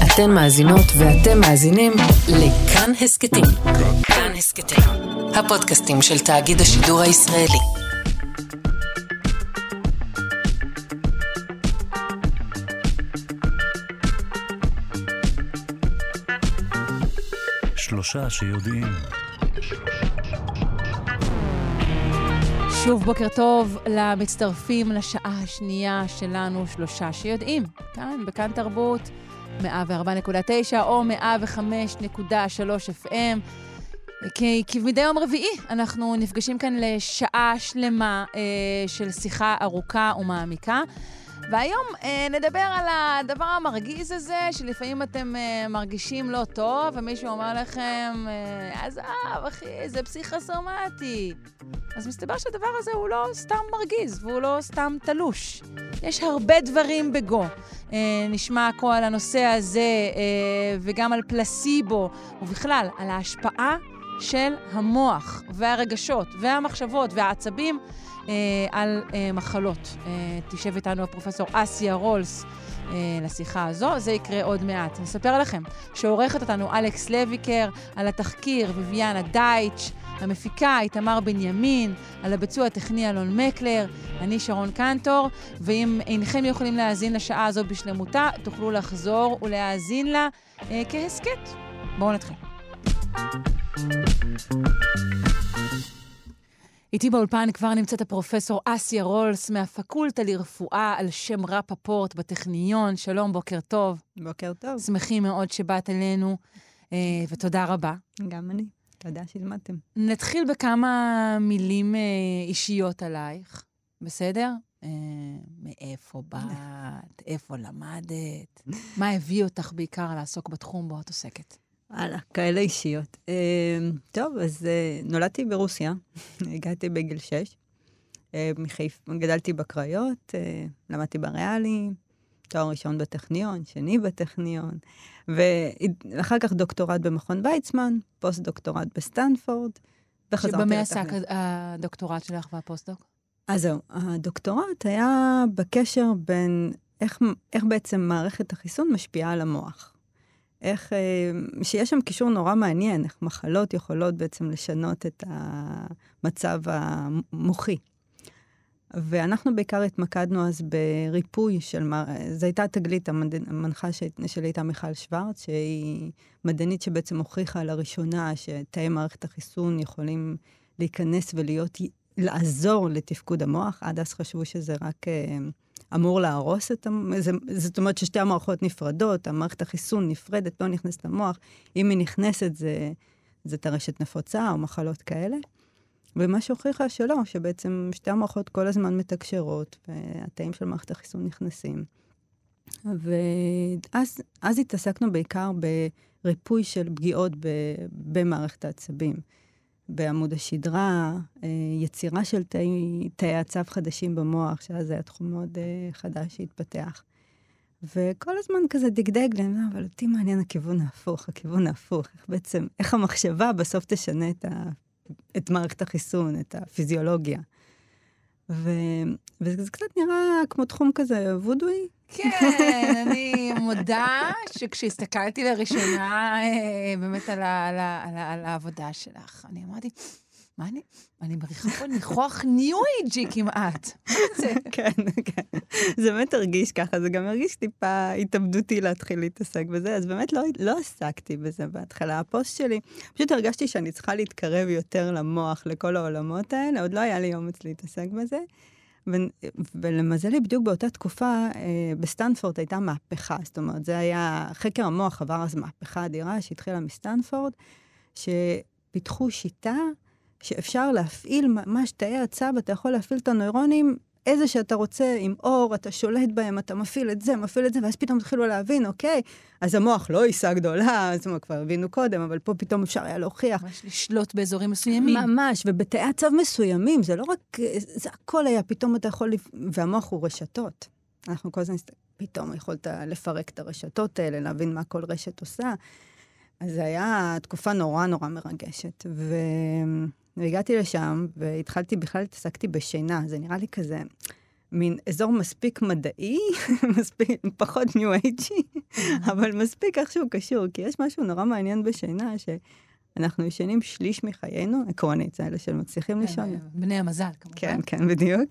אתן מאזינות ואתם מאזינים לכאן הסקטים. כאן הסקטים, הפודקאסטים של תאגיד השידור הישראלי. שלושה שיודעים. שוב בוקר טוב למצטרפים לשעה השנייה שלנו, שלושה שיודעים. כאן, בכאן תרבות, 104.9 או 105.3 FM. כי מדי יום רביעי אנחנו נפגשים כאן לשעה שלמה של שיחה ארוכה ומעמיקה. והיום נדבר על הדבר המרגיז הזה, שלפעמים אתם מרגישים לא טוב, ומישהו אומר לכם, עזב, אחי, זה פסיכוסומטי. אז מסתבר שהדבר הזה הוא לא סתם מרגיז, והוא לא סתם תלוש. יש הרבה דברים בגו. נשמע הכל על הנושא הזה, וגם על פלסיבו, ובכלל, על ההשפעה של המוח, והרגשות, והמחשבות, והעצבים, על מחלות. תשב איתנו הפרופסור אסיה רולס לשיחה הזו, זה יקרה עוד מעט. נספר לכם שעורכת אותנו אלכס לויקר, על התחקיר ויביאנה דייטש, המפיקה איתמר בנימין, על הביצוע הטכני אלון מקלר, אני שרון קנטור, ואם אינכם יכולים להאזין לשעה הזו בשלמותה, תוכלו לחזור ולהאזין לה כהסקט. בואו נתחיל. איתי באולפן כבר נמצאת הפרופסור אסיה רולס מהפקולטה לרפואה על שם רפפורט בטכניון. שלום, בוקר טוב. בוקר טוב. שמחים מאוד שבאת אלינו, ותודה רבה. גם אני. תודה שהזמנתם. נתחיל בכמה מילים אישיות עלייך, בסדר? מאיפה באת? איפה למדת? מה הביא אותך בעיקר לעסוק בתחום בו את עוסקת? וואלה, כאלה אישיות. טוב, אז נולדתי ברוסיה, הגעתי בגיל 6, גדלתי בקריות, למדתי בריאלי, תואר ראשון בטכניון, שני בטכניון, ואחר כך דוקטורט במכון ויצמן, פוסט-דוקטורט בסטנפורד, וחזרתי שבמה לטכניון. עסק הדוקטורט שלך והפוסט-דוק? אז זהו, הדוקטורט היה בקשר בין איך בעצם מערכת החיסון משפיעה על המוח. איך, שיש שם קישור נורא מעניין, איך מחלות יכולות בעצם לשנות את המצב המוחי. ואנחנו בעיקר התמקדנו אז בריפוי של, זו הייתה תגלית המנחה שלי הייתה מיכל שוורץ, שהיא מדענית שבעצם הוכיחה לראשונה שתאי מערכת החיסון יכולים להיכנס לעזור לתפקוד המוח. עד אז חשבו שזה רק אמור להרוס זאת אומרת ששתי המערכות נפרדות, המערכת החיסון נפרדת, לא נכנסת למוח. אם היא נכנסת, זה טרשת נפוצה או מחלות כאלה. ומה שהוכיחה שלא, שבעצם שתי המערכות כל הזמן מתקשרות, והתאים של מערכת החיסון נכנסים. ואז התעסקנו בעיקר בריפוי של פגיעות במערכת העצבים. בעמוד השדרה, יצירה של תאי עצב חדשים במוח, שאז היה תחום מאוד חדש שהתפתח. וכל הזמן כזה דגדג להם, אבל אותי מעניין הכיוון ההפוך, איך המחשבה בסוף תשנה את מערכת החיסון, את הפיזיולוגיה. וזה קצת נראה כמו תחום כזה וודוי. כן, אני מודה שכשהסתכלתי לראשונה באמת על העבודה שלך, אני אמרתי, מה אני מריחה פה ניחוח ניו-אייג'י כמעט. מה זה? כן. זה באמת הרגיש ככה, זה גם הרגיש טיפה התאבדותי להתחיל להתעסק בזה, אז באמת לא עסקתי בזה בהתחלה. הפוסט שלי, פשוט הרגשתי שאני צריכה להתקרב יותר למוח, לכל העולמות האלה, עוד לא היה לי אומץ להתעסק בזה. ולמזלי בדיוק באותה תקופה בסטנפורד הייתה מהפכה, זאת אומרת, זה היה, חקר המוח עבר אז מהפכה אדירה שהתחילה מסטנפורד, שפיתחו שיטה שאפשר להפעיל ממש תאי עצב, אתה יכול להפעיל את הנוירונים, איזה שאתה רוצה, עם אור, אתה שולט בהם, אתה מפעיל את זה, ואז פתאום התחילו להבין, אוקיי, אז המוח לא עיסה גדולה, זאת אומרת, כבר הבינו קודם, אבל פה פתאום אפשר היה להוכיח. ממש לשלוט באזורים מסוימים. ממש, ובתאי עצב מסוימים, זה לא רק, זה הכל היה, פתאום אתה יכול, והמוח הוא רשתות. אנחנו כל הזמן, פתאום יכולת לפרק את הרשתות האלה, להבין מה כל רשת עושה. אז זה היה תקופה נורא נורא מרגשת, והגעתי לשם, והתחלתי, בכלל התעסקתי בשינה, זה נראה לי כזה מין אזור מספיק מדעי, מספיק, פחות ניו אייג'י, אבל מספיק איכשהו קשור, כי יש משהו נורא מעניין בשינה, שאנחנו ישנים שליש מחיינו, עקרונית, זה אלה שמצליחים לישון. בני המזל, כמובן. כן, כן, בדיוק.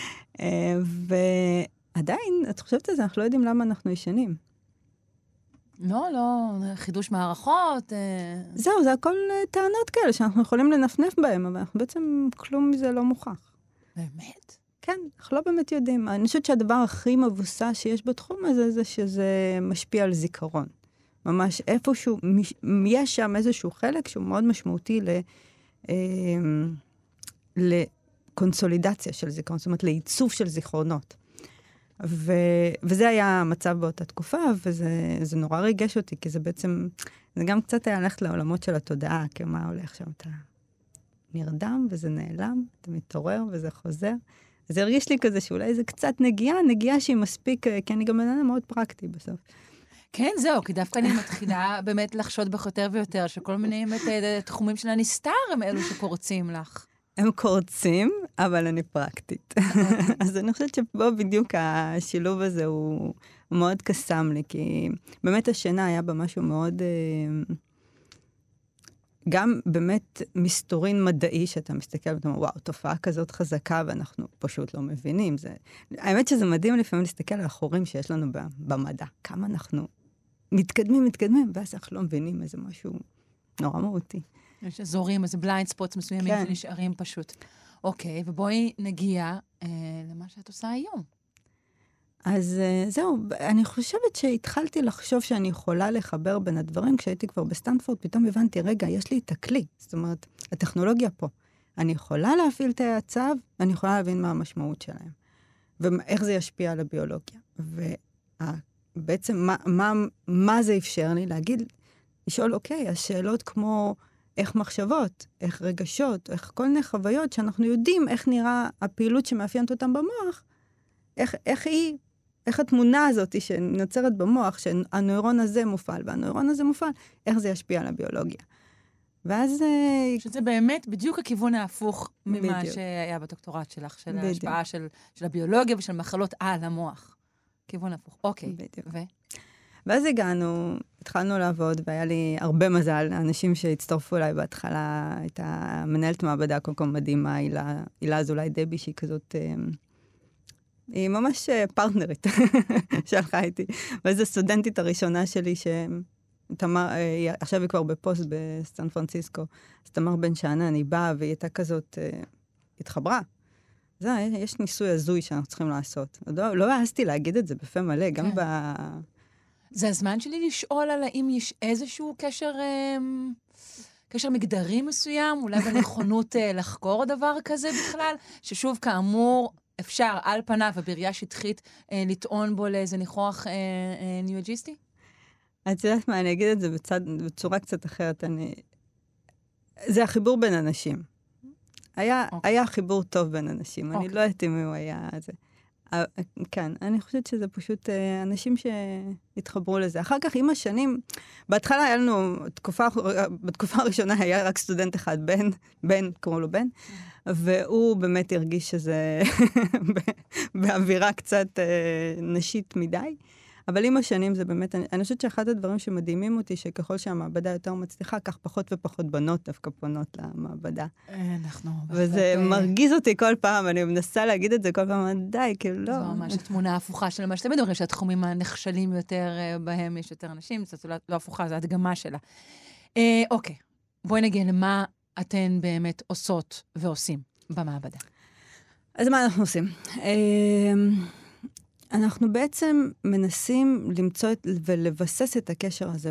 ועדיין, את חושבת על זה, אנחנו לא יודעים למה אנחנו ישנים. לא, חידוש מערכות. זהו, זה הכל טענות כאלה שאנחנו יכולים לנפנף בהם, אבל אנחנו בעצם כלום מזה לא מוכח. באמת? כן, אנחנו לא באמת יודעים. אני חושבת שהדבר הכי מבוסס שיש בתחום הזה, זה שזה משפיע על זיכרון. ממש איפשהו, יש שם איזשהו חלק שהוא מאוד משמעותי לקונסולידציה של זיכרון, זאת אומרת, לעיצוב של זיכרונות. וזה היה המצב באותה תקופה, וזה נורא ריגש אותי, כי זה בעצם, זה גם קצת היה ללכת לעולמות של התודעה, כי מה הולך שם, אתה נרדם וזה נעלם, אתה מתעורר וזה חוזר. זה הרגיש לי כזה שאולי זה קצת נגיעה שהיא מספיק, כי אני גם בננה מאוד פרקטי בסוף. כן, זהו, כי דווקא אני מתחילה באמת לחשוד בך יותר ויותר, שכל מיני תחומים של הנסתר הם אלו שקורצים לך. הם קורצים, אבל אני פרקטית. אז אני חושבת שפה בדיוק השילוב הזה הוא מאוד קסם לי, כי באמת השינה היה בה משהו מאוד, גם באמת מסתורין מדעי, שאתה מסתכל ואתה אומר, וואו, תופעה כזאת חזקה, ואנחנו פשוט לא מבינים. האמת שזה מדהים לפעמים להסתכל על החורים שיש לנו במדע. כמה אנחנו מתקדמים, ואז אנחנו לא מבינים איזה משהו נורא מהותי. יש אזורים, איזה בליינד ספוטס מסוימים שנשארים פשוט. אוקיי, ובואי נגיע למה שאת עושה היום. אז זהו, אני חושבת שהתחלתי לחשוב שאני יכולה לחבר בין הדברים, כשהייתי כבר בסטנפורד, פתאום הבנתי, רגע, יש לי את הכלי. זאת אומרת, הטכנולוגיה פה. אני יכולה להפעיל את הצו, ואני יכולה להבין מה המשמעות שלהם. ואיך זה ישפיע על הביולוגיה. ובעצם, מה זה אפשר לי? לשאול, אוקיי, השאלות כמו איך מחשבות, איך רגשות, איך כל מיני חוויות, שאנחנו יודעים איך נראה הפעילות שמאפיינת אותם במוח, איך התמונה הזאת שנוצרת במוח, שהנוירון הזה מופעל, והנוירון הזה מופעל, איך זה ישפיע על הביולוגיה. ואז שזה באמת בדיוק הכיוון ההפוך ממה שהיה בדוקטורט שלך, של ההשפעה של הביולוגיה ושל מחלות על המוח. כיוון הפוך. אוקיי. בדיוק. ואז התחלנו לעבוד, והיה לי הרבה מזל. האנשים שהצטרפו אליי בהתחלה, הייתה מנהלת מעבדה כל כך מדהימה, הילה אזולאי דבי, שהיא כזאת, היא ממש פרטנרית שהלכה איתי. וזו הסטודנטית הראשונה שלי, עכשיו היא כבר בפוסט בסן פרנסיסקו, אז תמר בן שאנן, היא באה, והיא הייתה כזאת, התחברה. יש ניסוי הזוי שאנחנו צריכים לעשות. לא העזתי להגיד את זה בפה מלא, גם זה הזמן שלי לשאול על האם יש איזשהו קשר מגדרי מסוים, אולי בנכונות לחקור דבר כזה בכלל, ששוב, כאמור, אפשר על פניו ובראייה שטחית לטעון בו לאיזה ניחוח ניו-אג'יסטי? את יודעת מה, אני אגיד את זה בצורה קצת אחרת. זה החיבור בין אנשים. היה חיבור טוב בין אנשים. אני לא יודעת אם הוא היה זה. כן, אני חושבת שזה פשוט אנשים שהתחברו לזה. אחר כך, עם השנים, בהתחלה היה לנו, בתקופה הראשונה היה רק סטודנט אחד, בן, קראו לו בן, והוא באמת הרגיש שזה באווירה קצת נשית מדי. אבל עם השנים זה באמת, אני חושבת שאחד הדברים שמדהימים אותי, שככל שהמעבדה יותר מצליחה, כך פחות ופחות בנות דווקא פונות למעבדה. וזה מרגיז אותי כל פעם, אני מנסה להגיד את זה כל פעם, די, כאילו לא. זו ממש תמונה הפוכה של מה שאתם מדברים, שהתחומים הנחשלים יותר בהם יש יותר אנשים, זאת לא הפוכה, זו הדגמה שלה. אוקיי, בואי נגיע למה אתן באמת עושות ועושים במעבדה. אז מה אנחנו עושים? אנחנו בעצם מנסים למצוא ולבסס את הקשר הזה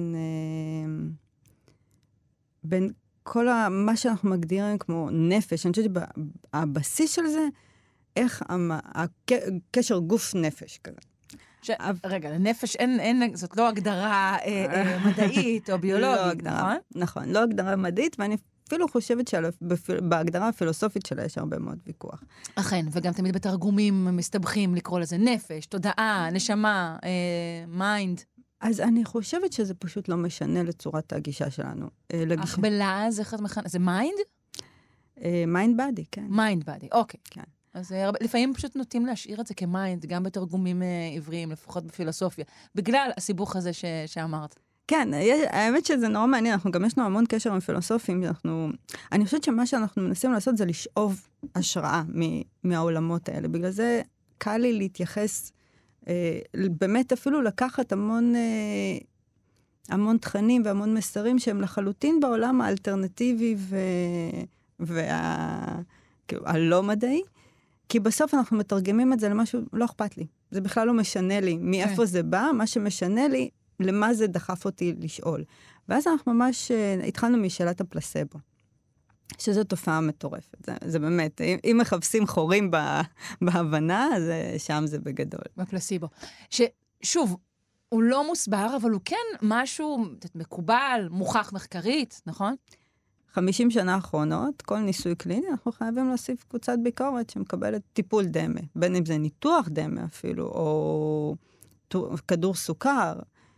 בין כל מה שאנחנו מגדירים כמו נפש. אני חושבת שהבסיס של זה, איך הקשר גוף נפש כזה. רגע, לנפש זאת לא הגדרה מדעית או ביולוגית, נכון? נכון, לא הגדרה מדעית, ואני אפילו חושבת שבהגדרה הפילוסופית שלה יש הרבה מאוד ויכוח. אכן, וגם תמיד בתרגומים מסתבכים לקרוא לזה נפש, תודעה, נשמה, מיינד. אז אני חושבת שזה פשוט לא משנה לצורת הגישה שלנו. אך בלעז, זה מיינד? מיינד בדי, כן. מיינד בדי, אוקיי. כן. אז לפעמים פשוט נוטים להשאיר את זה כמיינד, גם בתרגומים עבריים, לפחות בפילוסופיה, בגלל הסיבוך הזה שאמרת. כן, האמת שזה נורא מעניין, גם יש לנו המון קשר עם פילוסופים, אני חושבת שמה שאנחנו מנסים לעשות זה לשאוב השראה מהעולמות האלה, בגלל זה קל לי להתייחס, באמת אפילו לקחת המון תכנים והמון מסרים שהם לחלוטין בעולם האלטרנטיבי והלא מדעי, כי בסוף אנחנו מתרגמים את זה למשהו, לא אכפת לי. זה בכלל לא משנה לי מאיפה זה בא, מה שמשנה לי, למה זה דחף אותי לשאול. ואז אנחנו ממש התחלנו משאלת הפלסבו, שזו תופעה מטורפת. זה באמת, אם מחפשים חורים בהבנה, אז שם זה בגדול. בפלסיבו. ששוב, הוא לא מוסבר, אבל הוא כן משהו מקובל, מוכח מחקרית, נכון? 50 שנה האחרונות, כל ניסוי קליני, אנחנו חייבים להוסיף קבוצת ביקורת שמקבלת טיפול דמה, בין אם זה ניתוח דמה אפילו, או כדור סוכר,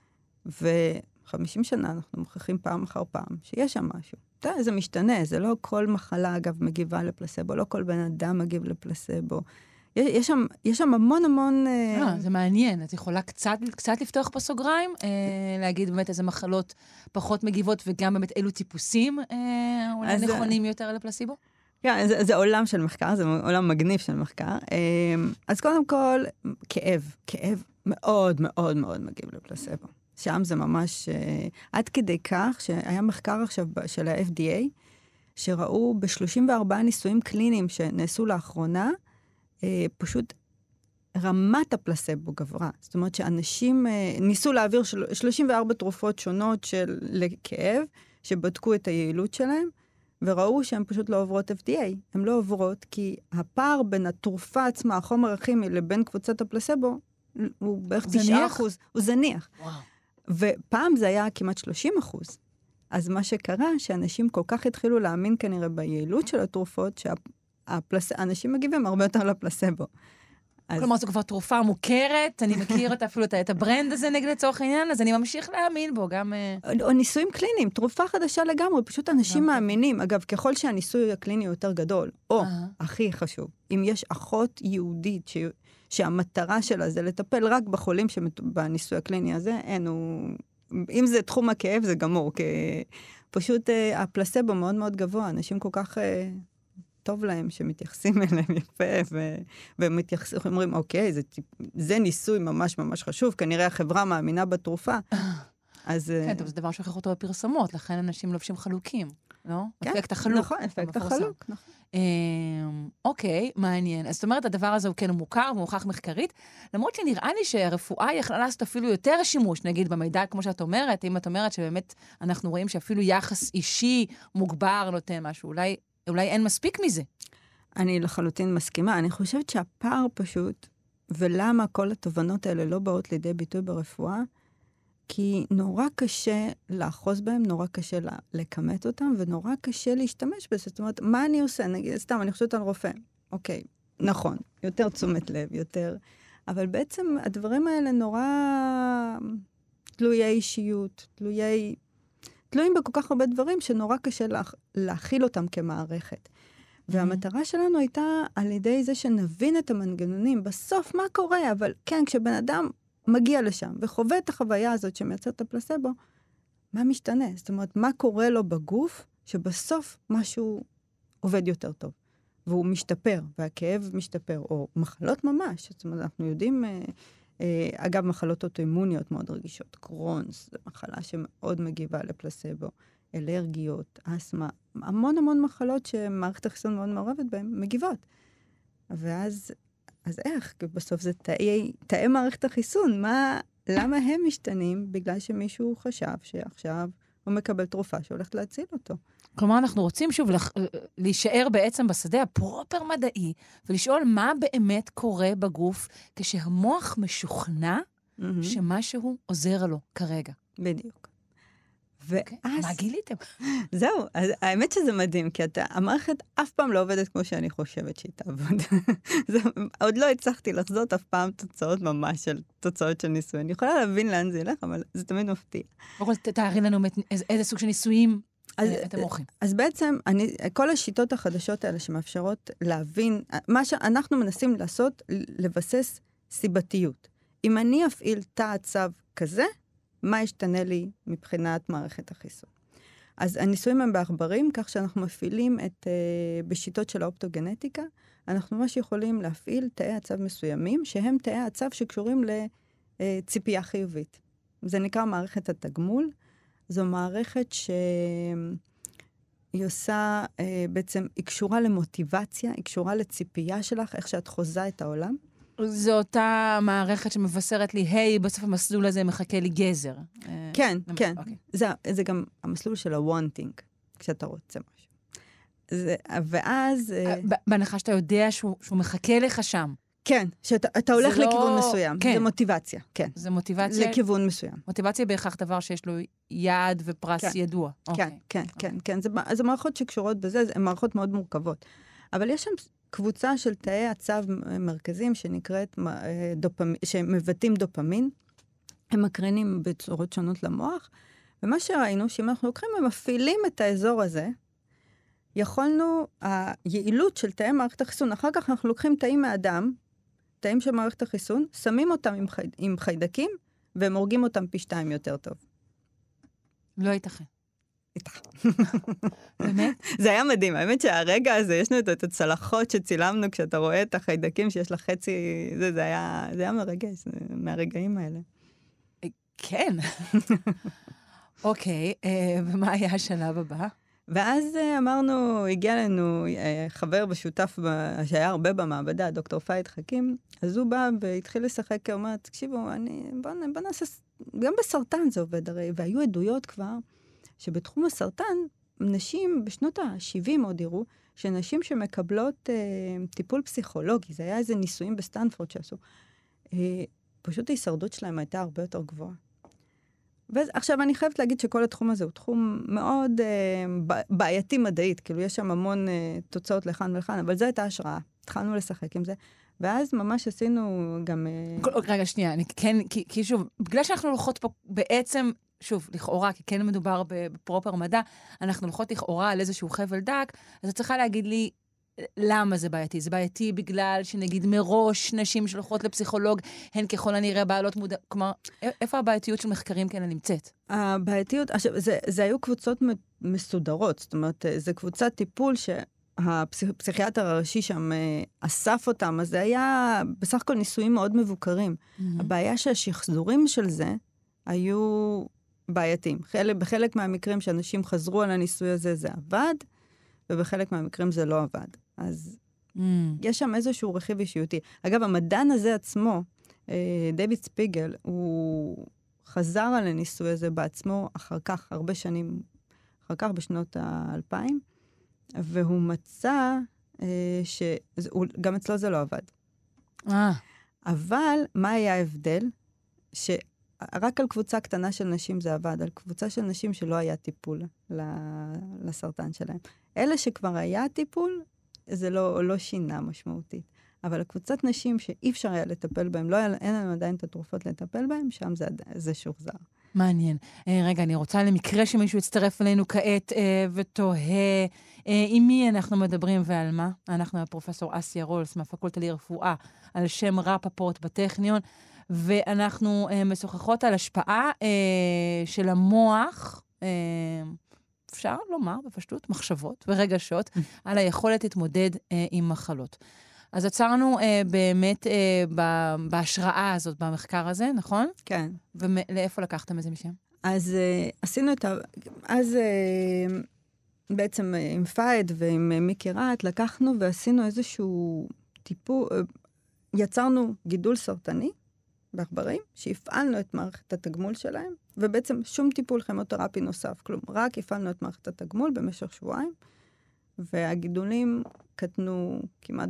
ו50 שנה אנחנו מוכיחים פעם אחר פעם שיש שם משהו. זה משתנה, זה לא כל מחלה, אגב, מגיבה לפלסבו, לא כל בן אדם מגיב לפלסבו. יש שם המון... זה מעניין, את יכולה קצת לפתוח פה סוגריים, להגיד באמת איזה מחלות פחות מגיבות, וגם באמת אילו טיפוסים אולי נכונים יותר לפלסיבו? כן, זה עולם של מחקר, זה עולם מגניב של מחקר. אז קודם כל, כאב מאוד מאוד מאוד מגיב לפלסבו. שם זה ממש, עד כדי כך שהיה מחקר עכשיו של ה-FDA, שראו ב-34 ניסויים קליניים שנעשו לאחרונה, פשוט רמת הפלסבו גברה. זאת אומרת שאנשים ניסו להעביר 34 תרופות שונות לכאב, שבדקו את היעילות שלהם, וראו שהן פשוט לא עוברות FDA. הן לא עוברות כי הפער בין התרופה עצמה, החומר הכימי, לבין קבוצת הפלסבו, הוא בערך 9%. הוא זניח. וואו. ופעם זה היה כמעט 30%. אז מה שקרה, שאנשים כל כך התחילו להאמין כנראה ביעילות של התרופות, אנשים מגיבים הרבה יותר לפלסבו. כלומר, זו כבר תרופה מוכרת, אני מכיר אפילו את הברנד הזה נגד לצורך העניין, אז אני ממשיך להאמין בו, גם... או ניסויים קליניים, תרופה חדשה לגמרי, פשוט אנשים מאמינים. אגב, ככל שהניסוי הקליני יותר גדול, או, הכי חשוב, אם יש אחות יהודית שהמטרה שלה זה לטפל רק בחולים בניסוי הקליני הזה, אם זה תחום הכאב, זה גמור, כי פשוט הפלסבו מאוד מאוד גבוה, אנשים כל כך... טוב להם שמתייחסים אליהם יפה, והם אומרים, אוקיי, זה ניסוי ממש ממש חשוב, כנראה החברה מאמינה בתרופה. כן, טוב, זה דבר שוכח אותו בפרסומות, לכן אנשים לובשים חלוקים, לא? אפקט החלוק. נכון, אפקט החלוק, נכון. אוקיי, מעניין. אז זאת אומרת, הדבר הזה הוא כן מוכר, ומוכח מחקרית, למרות שנראה לי שהרפואה יכלה לעשות אפילו יותר שימוש, נגיד במידע, כמו שאת אומרת, אם את אומרת שבאמת אנחנו רואים שאפילו יחס אישי מוגבר נותן משהו, אולי אין מספיק מזה. אני לחלוטין מסכימה. אני חושבת שהפער פשוט, ולמה כל התובנות האלה לא באות לידי ביטוי ברפואה, כי נורא קשה לאחוז בהם, נורא קשה לקמת אותם, ונורא קשה להשתמש בזה. זאת אומרת, מה אני עושה? סתם, אני חושבת על רופא. אוקיי, נכון, יותר תשומת לב, יותר... אבל בעצם הדברים האלה נורא תלויי אישיות, תלויים בכל כך הרבה דברים שנורא קשה להכיל אותם כמערכת. והמטרה שלנו הייתה על ידי זה שנבין את המנגנונים. בסוף מה קורה? אבל כן, כשבן אדם מגיע לשם וחווה את החוויה הזאת שמייצר את הפלסבו, מה משתנה? זאת אומרת, מה קורה לו בגוף שבסוף משהו עובד יותר טוב. והוא משתפר, והכאב משתפר, או מחלות ממש. זאת אומרת, אנחנו יודעים... אגב, מחלות אוטואימוניות מאוד רגישות, קרונס, זו מחלה שמאוד מגיבה לפלסבו, אלרגיות, אסמה, המון מחלות שמערכת החיסון מאוד מעורבת בהן, מגיבות. ואז, איך? בסוף זה תאי מערכת החיסון, למה הם משתנים? בגלל שמישהו חשב שעכשיו הוא מקבל תרופה שהולכת להציל אותו. כלומר, אנחנו רוצים שוב להישאר בעצם בשדה הפרופר מדעי, ולשאול מה באמת קורה בגוף, כשהמוח משוכנע שמשהו עוזר לו כרגע. בדיוק. מה גיליתם? זהו, האמת שזה מדהים, כי המערכת אף פעם לא עובדת כמו שאני חושבת שהיא תעבוד. עוד לא הצלחתי לחזות אף פעם תוצאות של ניסוי. אני יכולה להבין לאן זה ילך, אבל זה תמיד מפתיע. תארי לנו איזה סוג של ניסויים אתם מורחים? אז בעצם, כל השיטות החדשות האלה שמאפשרות להבין, מה שאנחנו מנסים לעשות, לבסס סיבתיות. אם אני אפעיל תא צו כזה, מה ישתנה לי מבחינת מערכת החיסון? אז הניסויים הם בעכברים, כך שאנחנו מפעילים בשיטות של האופטוגנטיקה, אנחנו ממש יכולים להפעיל תאי עצב מסוימים, שהם תאי עצב שקשורים לציפייה חיובית. זה נקרא מערכת התגמול. זו מערכת שהיא עושה, בעצם, היא קשורה למוטיבציה, היא קשורה לציפייה שלך, איך שאת חוזה את העולם. זו אותה מערכת שמבשרת לי, היי, בסוף המסלול הזה מחכה לי גזר. כן, כן. זה גם המסלול של ה-wanting, כשאתה רוצה משהו. ואז... בהנחה שאתה יודע שהוא מחכה לך שם. כן, שאתה הולך לכיוון מסוים. זה מוטיבציה, כן. זה מוטיבציה? לכיוון מסוים. מוטיבציה בהכרח דבר שיש לו יעד ופרס ידוע. כן. זה מערכות שקשורות בזה, הן מערכות מאוד מורכבות. אבל יש שם קבוצה של תאי עצב מרכזיים שנקראת, שמבטאים דופמין. הם מקרינים בצורות שונות למוח, ומה שראינו, שאם אנחנו לוקחים ומפעילים את האזור הזה, יכולנו, היעילות של תאי מערכת החיסון, אחר כך אנחנו לוקחים תאים מאדם, תאים של מערכת החיסון, שמים אותם עם חיידקים, והם הורגים אותם פי 2 יותר טוב. לא ייתכן. איתך. באמת? זה היה מדהים. האמת שהרגע הזה, יש לנו את הצלחות שצילמנו, כשאתה רואה את החיידקים שיש לך חצי, זה היה מרגש, מהרגעים האלה. כן. אוקיי, ומה היה השלב הבא? ואז אמרנו, הגיע לנו חבר ושותף שהיה הרבה במעבדה, דוקטור פאיד חכים, אז הוא בא והתחיל לשחק, הוא אומר, תקשיבו, בוא נעשה, גם בסרטן זה עובד הרי, והיו עדויות כבר, שבתחום הסרטן, נשים בשנות ה-70 עוד יראו, שנשים שמקבלות טיפול פסיכולוגי, זה היה איזה ניסויים בסטנפורד שעשו, פשוט ההישרדות שלהם הייתה הרבה יותר גבוהה. ועכשיו אני חייבת להגיד שכל התחום הזה הוא תחום מאוד בעייתי מדעית, כאילו יש שם המון תוצאות לכאן ולכאן, אבל זו הייתה השראה, התחלנו לשחק עם זה, ואז ממש עשינו גם... רגע, שנייה, כי שוב, בגלל שאנחנו הולכות פה בעצם, שוב, לכאורה, כי כן מדובר בפרופר מדע, אנחנו הולכות לכאורה על איזשהו חבל דק, אז את צריכה להגיד לי, למה זה בעייתי? זה בעייתי בגלל שנגיד מראש נשים שהולכות לפסיכולוג, הן ככל הנראה בעלות מודע... כלומר, איפה הבעייתיות של מחקרים כאלה נמצאת? הבעייתיות, זה היו קבוצות מסודרות, זאת אומרת, זה קבוצת טיפול שהפסיכיאטר הראשי שם אסף אותם, אז זה היה בסך הכל ניסויים מאוד מבוקרים. הבעיה שהשחזורים של זה היו בעייתיים. בחלק מהמקרים שאנשים חזרו על הניסוי הזה, זה עבד, ובחלק מהמקרים זה לא עבד. אז יש שם איזשהו רכיב אישיותי. אגב, המדען הזה עצמו, דיוויד ספיגל, הוא חזר על הניסוי הזה בעצמו אחר כך, הרבה שנים, אחר כך בשנות ה-2000, והוא מצא שגם אצלו זה לא עבד. אבל מה היה ההבדל? שרק על קבוצה קטנה של נשים זה עבד, על קבוצה של נשים שלא היה טיפול לסרטן שלהם. אלה שכבר היה טיפול, זה לא שינה משמעותית. אבל הקבוצת נשים שאי אפשר היה לטפל בהם, אין לנו עדיין את התרופות לטפל בהם, שם זה שוחזר. מעניין. רגע, אני רוצה למקרה שמישהו יצטרף אלינו כעת ותוהה, עם מי אנחנו מדברים ועל מה? אנחנו הפרופסור אסיה רולס מהפקולטה לרפואה, על שם רפפורט בטכניון, ואנחנו משוחחות על השפעה של המוח, אפשר לומר בפשטות, מחשבות ורגשות, על היכולת להתמודד עם מחלות. אז עצרנו באמת בהשראה הזאת, במחקר הזה, נכון? כן. ולאיפה לקחתם את זה משם? אז עשינו אז בעצם עם פייד ועם מיקי רעת, לקחנו ועשינו איזשהו טיפול, יצרנו גידול סרטני בעכברים, שהפעלנו את מערכת התגמול שלהם, ובעצם שום טיפול כימותרפי נוסף, כלום, רק הפעלנו את מערכת התגמול במשך שבועיים, והגידולים קטנו כמעט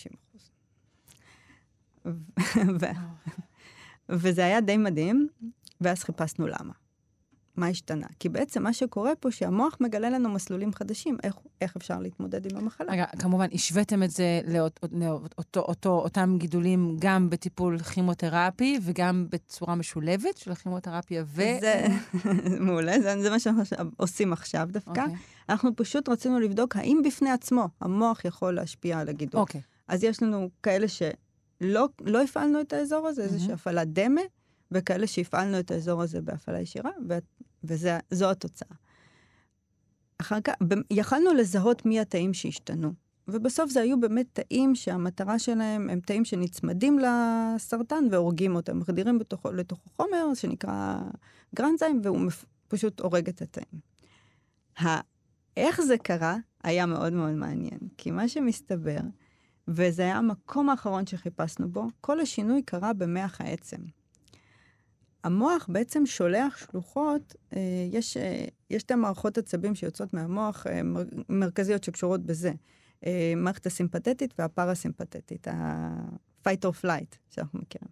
ב-50%. וזה היה די מדהים, ואז חיפשנו למה. מה השתנה? כי בעצם מה שקורה פה, שהמוח מגלה לנו מסלולים חדשים, איך אפשר להתמודד עם המחלה. רגע, כמובן, השוויתם את זה לאותם גידולים גם בטיפול כימותרפי, וגם בצורה משולבת של הכימותרפיה זה מעולה, זה מה שאנחנו עושים עכשיו דווקא. אנחנו פשוט רצינו לבדוק האם בפני עצמו המוח יכול להשפיע על הגידול. אז יש לנו כאלה שלא הפעלנו את האזור הזה, איזושהי הפעלת דמה, וכאלה שהפעלנו את האזור הזה בהפעלה ישירה, וזו התוצאה. אחר כך, יכלנו לזהות מי התאים שהשתנו, ובסוף זה היו באמת תאים שהמטרה שלהם הם תאים שנצמדים לסרטן והורגים אותם, מחדירים לתוכו חומר שנקרא גרנזיים, והוא פשוט הורג את התאים. איך זה קרה היה מאוד מאוד מעניין, כי מה שמסתבר, וזה היה המקום האחרון שחיפשנו בו, כל השינוי קרה במח העצם. המוח בעצם שולח שלוחות, יש את המערכות עצבים שיוצאות מהמוח, מרכזיות שקשורות בזה. מערכת הסימפתטית והפרסימפתטית, ה-fight or flight שאנחנו מכירים.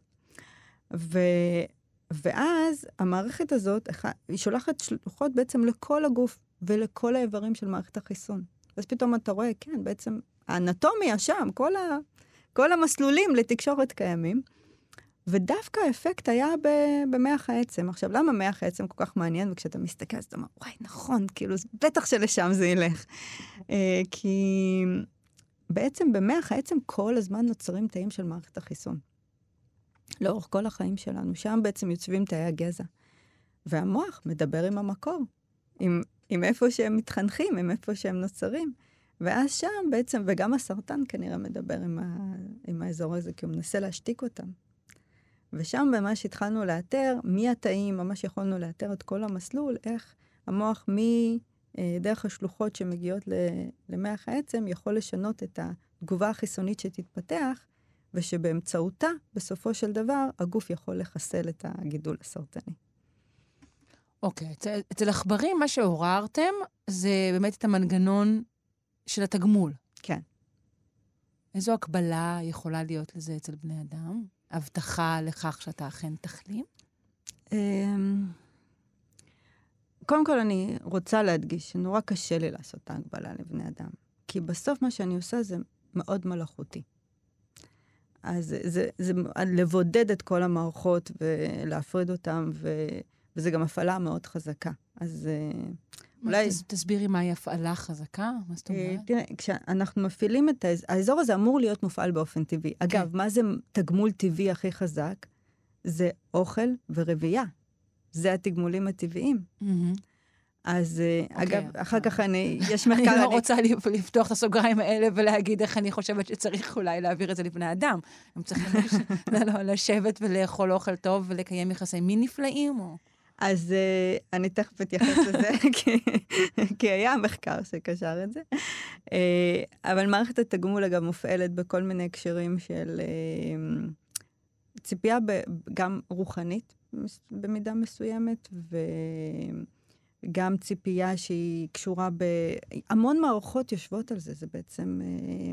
ואז המערכת הזאת, היא שולחת שלוחות בעצם לכל הגוף ולכל האיברים של מערכת החיסון. אז פתאום אתה רואה, כן, בעצם האנטומיה שם, כל המסלולים לתקשורת קיימים, ודווקא האפקט היה במח העצם. עכשיו, למה מח העצם כל כך מעניין? וכשאתה מסתכל, אז אתה אומר, וואי, נכון, כאילו, בטח שלשם זה ילך. כי בעצם במח העצם כל הזמן נוצרים תאים של מערכת החיסון. לאורך כל החיים שלנו. שם בעצם יוצבים תאי הגזע. והמוח מדבר עם המקור. עם איפה שהם מתחנכים, עם איפה שהם נוצרים. ואז שם בעצם, וגם הסרטן כנראה מדבר עם האזור הזה, כי הוא מנסה להשתיק אותם. ושם ממש התחלנו לאתר מי התאים, ממש יכולנו לאתר את כל המסלול, איך המוח מדרך השלוחות שמגיעות למח העצם, יכול לשנות את התגובה החיסונית שתתפתח, ושבאמצעותה, בסופו של דבר, הגוף יכול לחסל את הגידול הסרטני. אוקיי, אצל עכברים מה שעוררתם, זה באמת את המנגנון של התגמול. כן. איזו הקבלה יכולה להיות לזה אצל בני אדם? הבטחה לכך שאתה אכן תחלים? קודם כל אני רוצה להדגיש שנורא קשה לי לעשות את ההגבלה לבני אדם. כי בסוף מה שאני עושה זה מאוד מלאכותי. אז זה לבודד את כל המערכות ולהפריד אותם, וזה גם הפעלה מאוד חזקה. אז אולי... תסבירי מהי הפעלה חזקה? מה זאת אומרת? תראה, כשאנחנו מפעילים את האזור הזה אמור להיות מופעל באופן טבעי. אגב, מה זה תגמול טבעי הכי חזק? זה אוכל ורבייה. זה התגמולים הטבעיים. אז אגב, אחר כך יש מחקר... אני לא רוצה לפתוח את הסוגריים האלה ולהגיד איך אני חושבת שצריך אולי להעביר את זה לבני אדם. הם צריכים לשבת ולאכול אוכל טוב ולקיים יחסי מין נפלאים או... אז אני תכף אתייחס לזה, כי היה מחקר שקשר את זה. אבל מערכת התגמול אגב מופעלת בכל מיני הקשרים של ציפייה גם רוחנית במידה מסוימת, וגם ציפייה שהיא קשורה המון מערכות יושבות על זה. זה בעצם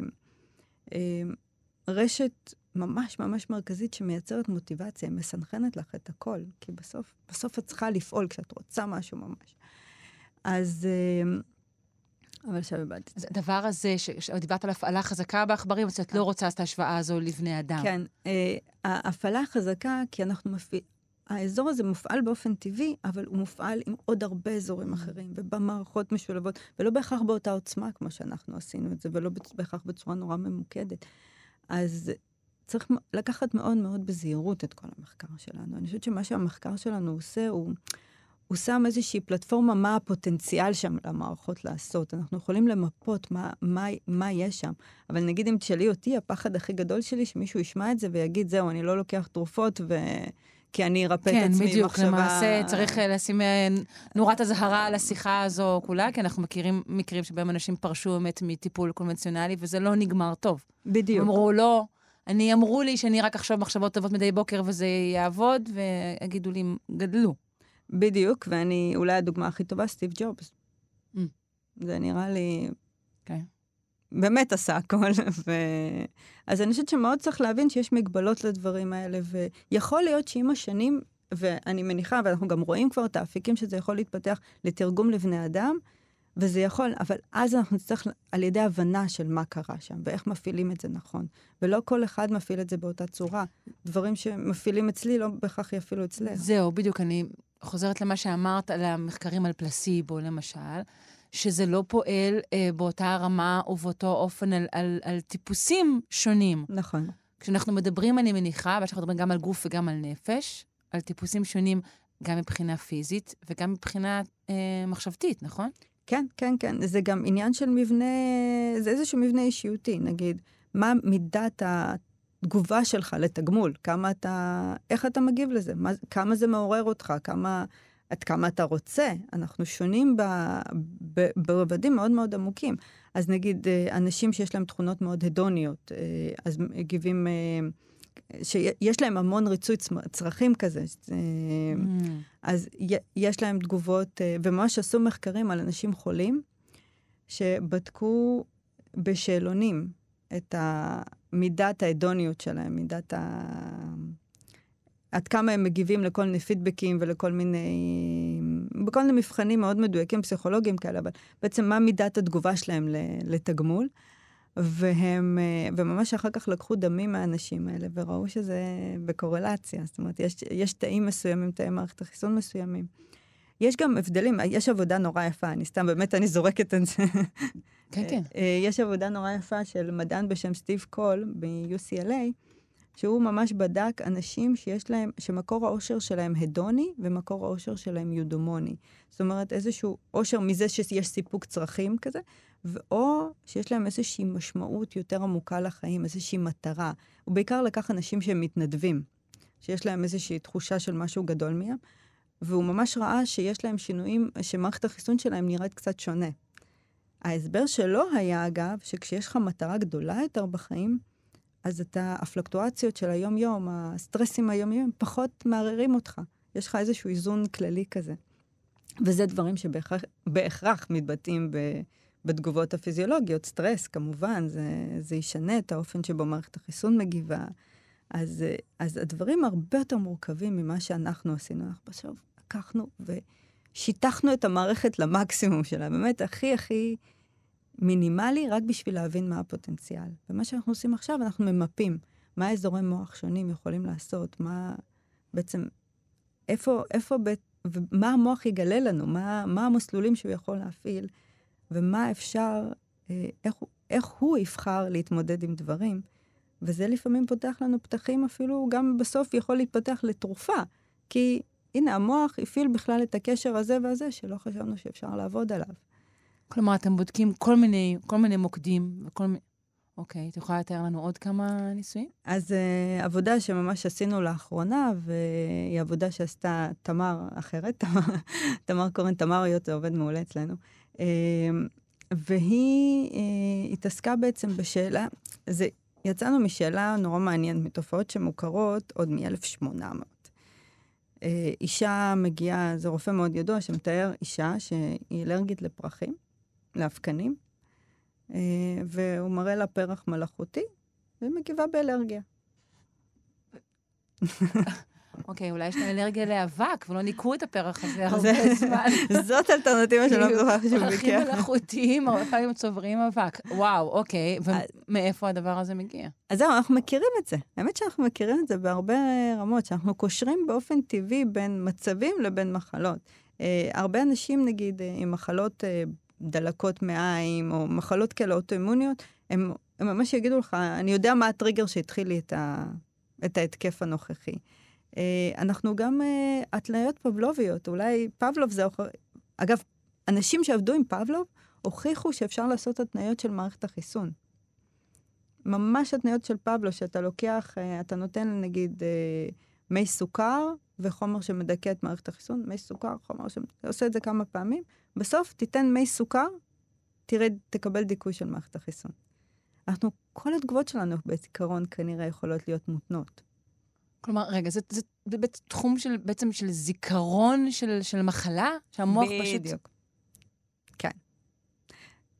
רשת ממש ממש מרכזית שמייצרת מוטיבציה, מסנכנת לך את הכל, כי בסוף את צריכה לפעול כשאת רוצה משהו ממש. אז, אבל עכשיו הבנתי. אז הדבר הזה, שדיברת על הפעלה חזקה בעכברים, אז את לא רוצה את ההשוואה הזו לבני אדם. כן, ההפעלה חזקה, כי האזור הזה מופעל באופן טבעי, אבל הוא מופעל עם עוד הרבה אזורים אחרים, ובמערכות משולבות, ולא בהכרח באותה עוצמה, כמו שאנחנו עשינו את זה, ולא בהכרח בצורה נורא ממוקדת. אז צריך לקחת מאוד מאוד בזהירות את כל המחקר שלנו. אני חושבת שמה שהמחקר שלנו עושה, הוא שם איזושהי פלטפורמה, מה הפוטנציאל שם למערכות לעשות. אנחנו יכולים למפות מה יש שם. אבל נגיד אם תשאלי אותי, הפחד הכי גדול שלי, שמישהו ישמע את זה ויגיד, זהו, אני לא לוקח תרופות כי אני ארפא את עצמי כן, בדיוק, מחשבה... למעשה צריך לשים נורת הזהרה על השיחה הזו כולה, כי אנחנו מכירים מקרים שבהם אנשים פרשו באמת מטיפול קונבנציונלי, וזה לא נגמר טוב. בדיוק. אמרו לא, אמרו לי שאני רק אחשוב מחשבות טובות מדי בוקר וזה יעבוד, והגידולים גדלו. בדיוק, ואני, אולי הדוגמה הכי טובה, סטיב ג'ובס. זה נראה לי... כן. באמת עשה הכל. אז אני חושבת שמאוד צריך להבין שיש מגבלות לדברים האלה, ויכול להיות שעם השנים ואני מניחה, ואנחנו גם רואים כבר את האפיקים שזה יכול להתפתח לתרגום לבני אדם, וזה יכול, אבל אז אנחנו נצטרך על ידי הבנה של מה קרה שם, ואיך מפעילים את זה נכון. ולא כל אחד מפעיל את זה באותה צורה. דברים שמפעילים אצלי לא בהכרח יפעילו אצלך. זהו, בדיוק, אני חוזרת למה שאמרת על המחקרים על פלסיבו, למשל, שזה לא פועל באותה רמה ובאותו אופן על טיפוסים שונים. נכון. כשאנחנו מדברים, אני מניחה, ואנחנו מדברים גם על גוף וגם על נפש, על טיפוסים שונים גם מבחינה פיזית וגם מבחינה מחשבתית, נכון? כן, כן, כן. זה גם עניין של מבנה, זה איזשהו מבנה אישיותי, נגיד. מה מידת התגובה שלך לתגמול? איך אתה מגיב לזה? כמה זה מעורר אותך? עד כמה אתה רוצה? אנחנו שונים ברבדים מאוד מאוד עמוקים. אז נגיד, אנשים שיש להם תכונות מאוד הדוניות, אז מגיבים, שיש להם המון ריצוי צרכים כזה, אז יש להם תגובות, וממש עשו מחקרים על אנשים חולים, שבדקו בשאלונים את מידת ההדוניות שלהם, עד כמה הם מגיבים לכל מיני פידבקים ולכל מיני, בכל מיני מבחנים מאוד מדויקים, פסיכולוגיים כאלה, אבל בעצם מה מידת התגובה שלהם לתגמול, וממש אחר כך לקחו דמים מהאנשים האלה, וראו שזה בקורלציה, זאת אומרת, יש תאים מסוימים, תאי מערכת החיסון מסוימים. יש גם הבדלים, יש עבודה נורא יפה, אני זורקת את זה. כן, כן. יש עבודה נורא יפה של מדען בשם סטיב קול, ב-UCLA, שהוא ממש בדק אנשים שמקור האושר שלהם הדוני, ומקור האושר שלהם יודומוני. זאת אומרת, איזשהו אושר מזה שיש סיפוק צרכים כזה, או שיש להם איזושהי משמעות יותר עמוקה לחיים, איזושהי מטרה. הוא בעיקר לקח אנשים שהם מתנדבים, שיש להם איזושהי תחושה של משהו גדול מהם, והוא ממש ראה שיש להם שינויים, שמערכת החיסון שלהם נראית קצת שונה. ההסבר שלו היה, אגב, שכשיש לך מטרה גדולה יותר בחיים, אז הפלקטואציות של היום-יום, הסטרסים היום-יום, פחות מערערים אותך. יש לך איזשהו איזון כללי כזה. וזה דברים שבהכרח מתבטאים בתגובות הפיזיולוגיות. סטרס, כמובן, זה ישנה את האופן שבו מערכת החיסון מגיבה. אז הדברים הרבה יותר מורכבים ממה שאנחנו עשינו. אנחנו בסוף לקחנו ושיטחנו את המערכת למקסימום שלה. באמת, הכי מינימלי, רק בשביל להבין מה הפוטנציאל. ומה שאנחנו עושים עכשיו, אנחנו ממפים מה אזורי מוח שונים יכולים לעשות, מה בעצם, ומה המוח יגלה לנו, מה המסלולים שהוא יכול להפעיל, ומה אפשר, איך הוא יבחר להתמודד עם דברים. וזה לפעמים פותח לנו פתחים, אפילו גם בסוף יכול להתפתח לתרופה, כי הנה, המוח הפעיל בכלל את הקשר הזה והזה, שלא חשבנו שאפשר לעבוד עליו. כלומר, אתם בודקים כל מיני מוקדים, אוקיי, את יכולה לתאר לנו עוד כמה ניסויים? אז עבודה שממש עשינו לאחרונה, והיא עבודה שעשתה תמר אחרת, תמר קורן תמריות, זה עובד מעולה אצלנו, והיא התעסקה בעצם בשאלה, יצאנו משאלה נורא מעניינת, מתופעות שמוכרות עוד מ-1800. אישה מגיעה, זה רופא מאוד ידוע, שמתאר אישה שהיא אלרגית לפרחים, לאבקנים, והוא מראה לה פרח מלאכותי, והיא מגיבה באלרגיה. אוקיי, אולי יש לה אלרגיה לאבק, ולא ניקו את הפרח הזה הרבה זמן. זאת אלטרנטיבה שלא בטוחה שהוא ביקר. פרחים מלאכותיים, הרבה פעמים צוברים אבק. וואו, אוקיי, ומאיפה הדבר הזה מגיע? אז זהו, אנחנו מכירים את זה. האמת שאנחנו מכירים את זה בהרבה רמות, שאנחנו קושרים באופן טבעי בין מצבים לבין מחלות. הרבה אנשים, נגיד, עם מחלות דלקות מעיים, או מחלות כאלה אוטואימוניות, הם ממש יגידו לך, אני יודע מה הטריגר שהתחיל לי את ההתקף הנוכחי. אנחנו גם התניות פבלוביות, אולי פבלוב זה... אגב, אנשים שעבדו עם פבלוב הוכיחו שאפשר לעשות התניות של מערכת החיסון. ממש התניות של פבלוב, שאתה לוקח, אתה נותן נגיד מי סוכר וחומר שמדכא את מערכת החיסון, מי סוכר, חומר אתה עושה את זה כמה פעמים, בסוף תיתן מי סוכר, תקבל דיכוי של מערכת החיסון. כל התגובות שלנו בעיקרון כנראה יכולות להיות מותנות. כלומר, רגע, זה בתחום בעצם של זיכרון של מחלה? שהמוח פשוט... בדיוק. כן.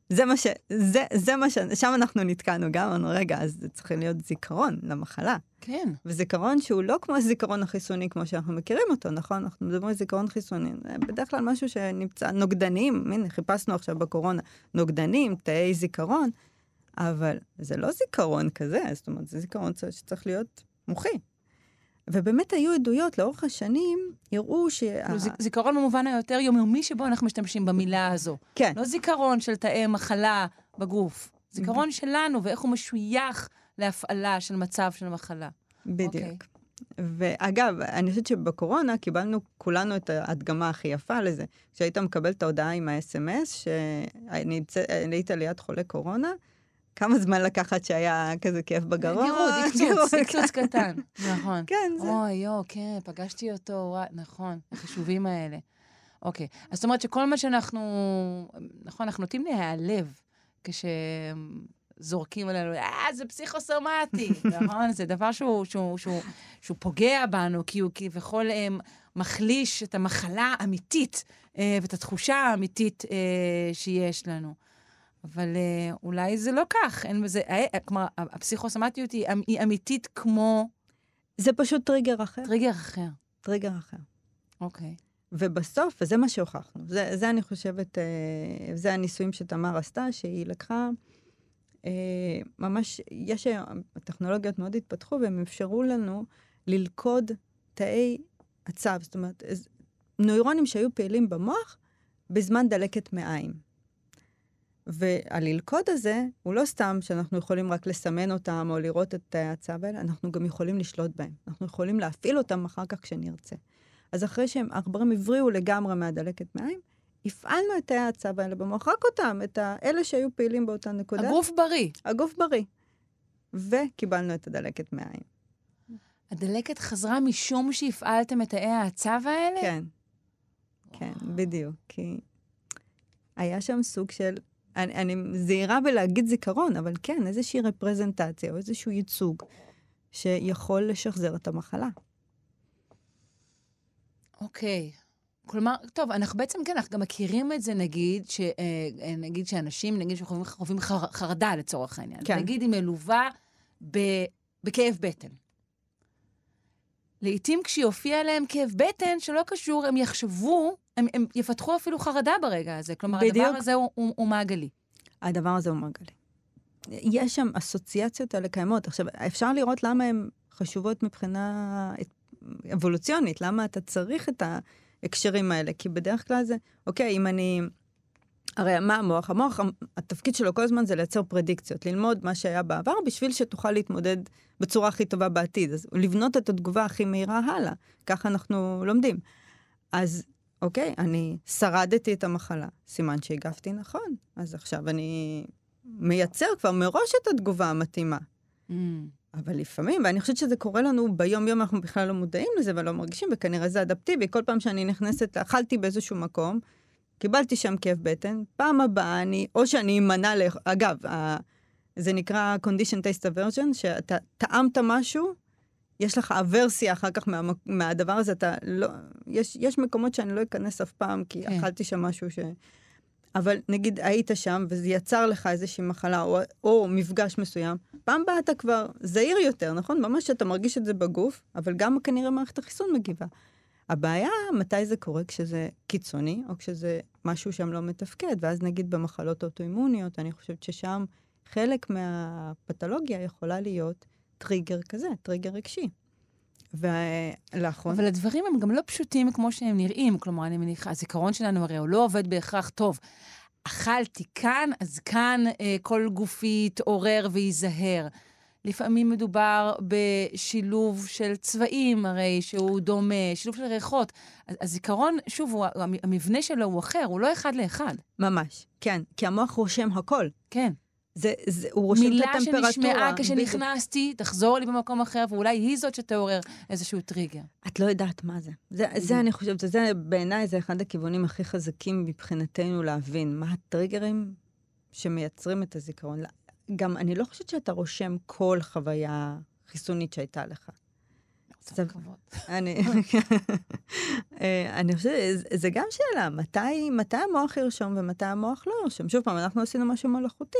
שם אנחנו נתקענו גם, אמרנו, רגע, אז זה צריך להיות זיכרון למחלה. כן. וזיכרון שהוא לא כמו הזיכרון החיסוני, כמו שאנחנו מכירים אותו, נכון? אנחנו מדברים על זיכרון חיסוני. זה בדרך כלל משהו שנמצא, נוגדנים, הנה, חיפשנו עכשיו בקורונה, נוגדנים, תאי זיכרון, אבל זה לא זיכרון כזה, זאת אומרת, זה זיכרון שצריך להיות מוחי. ובאמת היו עדויות לאורך השנים, יראו זיכרון במובן היותר יומיומי שבו אנחנו משתמשים במילה הזו. כן. לא זיכרון של תאי מחלה בגוף. זיכרון שלנו ואיך הוא משוייך להפעלה של מצב של מחלה. בדיוק. ואגב, אני חושבת שבקורונה קיבלנו כולנו את ההדגמה הכי יפה לזה. כשהיית מקבל את ההודעה עם ה-SMS, שהיית ליד חולה קורונה, כמה זמן לקחת שהיה כזה כיף בגרון? קצוץ קטן. נכון. כן, זה... כן, פגשתי אותו, נכון, החישובים האלה. אוקיי, אז זאת אומרת שכל מה שאנחנו, נכון, אנחנו נוטים להיעלב כשזורקים עלינו, זה פסיכוסומטי, נכון? זה דבר שהוא פוגע בנו, כי הוא כביכול מחליש את המחלה האמיתית ואת התחושה האמיתית שיש לנו. אבל אולי זה לא כך. כלומר, הפסיכוסומטיות היא אמיתית כמו... זה פשוט טריגר אחר. טריגר אחר. אוקיי. ובסוף, וזה מה שהוכחנו, זה אני חושבת, זה הניסויים שתמר עשתה, שהיא לקחה, ממש, הטכנולוגיות מאוד התפתחו, והם אפשרו לנו ללכוד תאי עצב, זאת אומרת, נוירונים שהיו פעילים במוח, בזמן דלקת מעיים. והללכוד הזה, הוא לא סתם שאנחנו יכולים רק לסמן אותם, או לראות את תאי העצב האלה, אנחנו גם יכולים לשלוט בהם. אנחנו יכולים להפעיל אותם אחר כך כשנרצה. אז אחרי שהם העכברים הבריאו לגמרי מהדלקת מעיים, הפעלנו את תאי העצב האלה במוח, רק אותם, את אלה שהיו פעילים באותה נקודה. הגוף בריא. וקיבלנו את הדלקת מעיים. הדלקת חזרה משום שהפעלתם את תאי העצב האלה? כן. כן, בדיוק. כי היה שם סוג של... אני זהירה בלהגיד זיכרון, אבל כן, איזושהי רפרזנטציה או איזשהו ייצוג שיכול לשחזר את המחלה. אוקיי. כלומר, טוב, אנחנו בעצם, כן, אנחנו גם מכירים את זה, נגיד שאנשים, נגיד שחווים חרדה לצורך העניין. כן. נגיד היא מלווה בכאב בטן. לעתים כשהיא הופיעה להם כאב בטן שלא קשור, הם יחשבו, הם יפתחו אפילו חרדה ברגע הזה. כלומר, בדיוק. הדבר הזה הוא מעגלי. הדבר הזה הוא מעגלי. יש שם אסוציאציות האלה קיימות. עכשיו, אפשר לראות למה הן חשובות מבחינה אבולוציונית, למה אתה צריך את ההקשרים האלה, כי בדרך כלל זה, אוקיי, אם אני... הרי מה המוח? המוח, התפקיד שלו כל הזמן זה לייצר פרדיקציות, ללמוד מה שהיה בעבר, בשביל שתוכל להתמודד בצורה הכי טובה בעתיד. אז לבנות את התגובה הכי מהירה הלאה. ככה אנחנו לומדים. אז, אוקיי, אני שרדתי את המחלה. סימן שהגבתי נכון. אז עכשיו אני מייצר כבר מראש את התגובה המתאימה. אבל לפעמים, ואני חושבת שזה קורה לנו ביום-יום, אנחנו בכלל לא מודעים לזה ולא מרגישים, וכנראה זה אדפטיבי. כל פעם שאני נכנסת, אכלתי באיזשהו מקום, קיבלתי שם כאב בטן, פעם הבאה או שאני אמנע, אגב, זה נקרא condition taste aversion, שאתה טעמת משהו, יש לך אברסיה אחר כך מהדבר הזה, אתה לא, יש מקומות שאני לא אכנס אף פעם, כי אכלתי שם משהו אבל נגיד היית שם, וזה יצר לך איזושהי מחלה, או מפגש מסוים, פעם באה אתה כבר זהיר יותר, נכון? ממש שאתה מרגיש את זה בגוף, אבל גם כנראה מערכת החיסון מגיבה. הבעיה, מתי זה קורה? כשזה קיצוני, או כשזה משהו שם לא מתפקד, ואז נגיד במחלות אוטואימוניות, אני חושבת ששם חלק מהפתולוגיה יכולה להיות טריגר כזה, טריגר רגשי. ולאחרונה... אבל הדברים הם גם לא פשוטים כמו שהם נראים, כלומר, אני מניחה, הזיכרון שלנו הרי הוא לא עובד בהכרח טוב. אכלתי כאן, אז כאן כל גופי יתעורר וייזהר. לפעמים מדובר בשילוב של צבעים, הרי שהוא דומה, שילוב של ריחות. הזיכרון, שוב, המבנה שלו הוא אחר, הוא לא אחד לאחד. ממש, כן. כי המוח רושם הכל. כן. הוא רושם את הטמפרטורה. מילה שנשמעה כשנכנסתי, תחזור לי במקום אחר, ואולי היא זאת שתעורר איזשהו טריגר. את לא יודעת מה זה. זה אני חושבת, זה בעיניי זה אחד הכיוונים הכי חזקים מבחינתנו להבין מה הטריגרים שמייצרים את הזיכרון. גם אני לא חושבת שאתה רושם כל חוויה חיסונית שהייתה לך. אני חושבת, זה גם שאלה, מתי המוח ירשום ומתי המוח לא ירשום? שוב פעם, אנחנו עשינו משהו מלאכותי.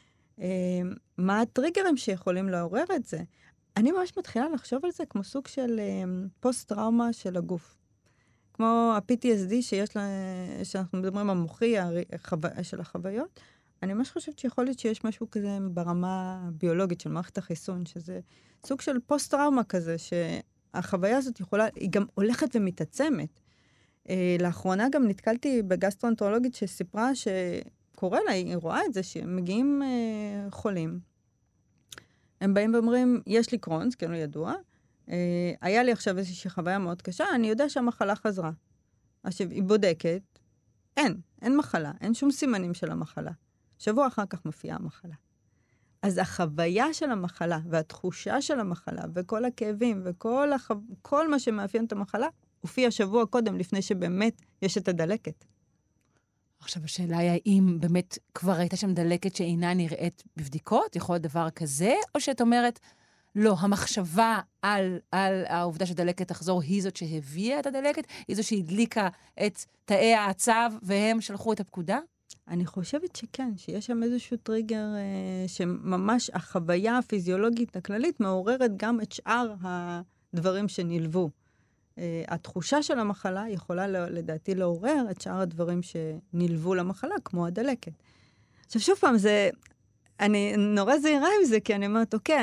מה הטריגרים שיכולים לעורר את זה? אני ממש מתחילה לחשוב על זה כמו סוג של פוסט-טראומה של הגוף. כמו ה-PTSD שאנחנו מדברים המוחי של החוויות, אני ממש חושבת שיכול להיות שיש משהו כזה ברמה הביולוגית של מערכת החיסון, שזה סוג של פוסט-טראומה כזה, שהחוויה הזאת היא גם הולכת ומתעצמת. לאחרונה גם נתקלתי בגסטרואנטרולוגית שסיפרה שקורה לה, היא רואה את זה, שמגיעים חולים. הם באים ואומרים, יש לי קרונס, כן, לא ידוע, היה לי עכשיו איזושהי חוויה מאוד קשה, אני יודע שהמחלה חזרה. עכשיו, היא בודקת, אין מחלה, אין שום סימנים של המחלה. שבוע אחר כך מופיעה המחלה. אז החוויה של המחלה, והתחושה של המחלה, וכל הכאבים, וכל מה שמאפיין את המחלה, הופיע שבוע קודם, לפני שבאמת יש את הדלקת. עכשיו, השאלה היא, האם באמת כבר הייתה שם דלקת שאינה נראית בבדיקות? יכול להיות דבר כזה? או שאת אומרת, לא, המחשבה על העובדה שדלקת תחזור היא זאת שהביאה את הדלקת? היא זאת שהדליקה את תאי העצב והם שלחו את הפקודה? אני חושבת שכן, שיש שם איזשהו טריגר שממש החוויה הפיזיולוגית הכללית מעוררת גם את שאר הדברים שנלוו. התחושה של המחלה יכולה לדעתי לעורר את שאר הדברים שנלוו למחלה, כמו הדלקת. עכשיו שוב פעם, אני נורא זהירה עם זה, כי אני אומרת, אוקיי,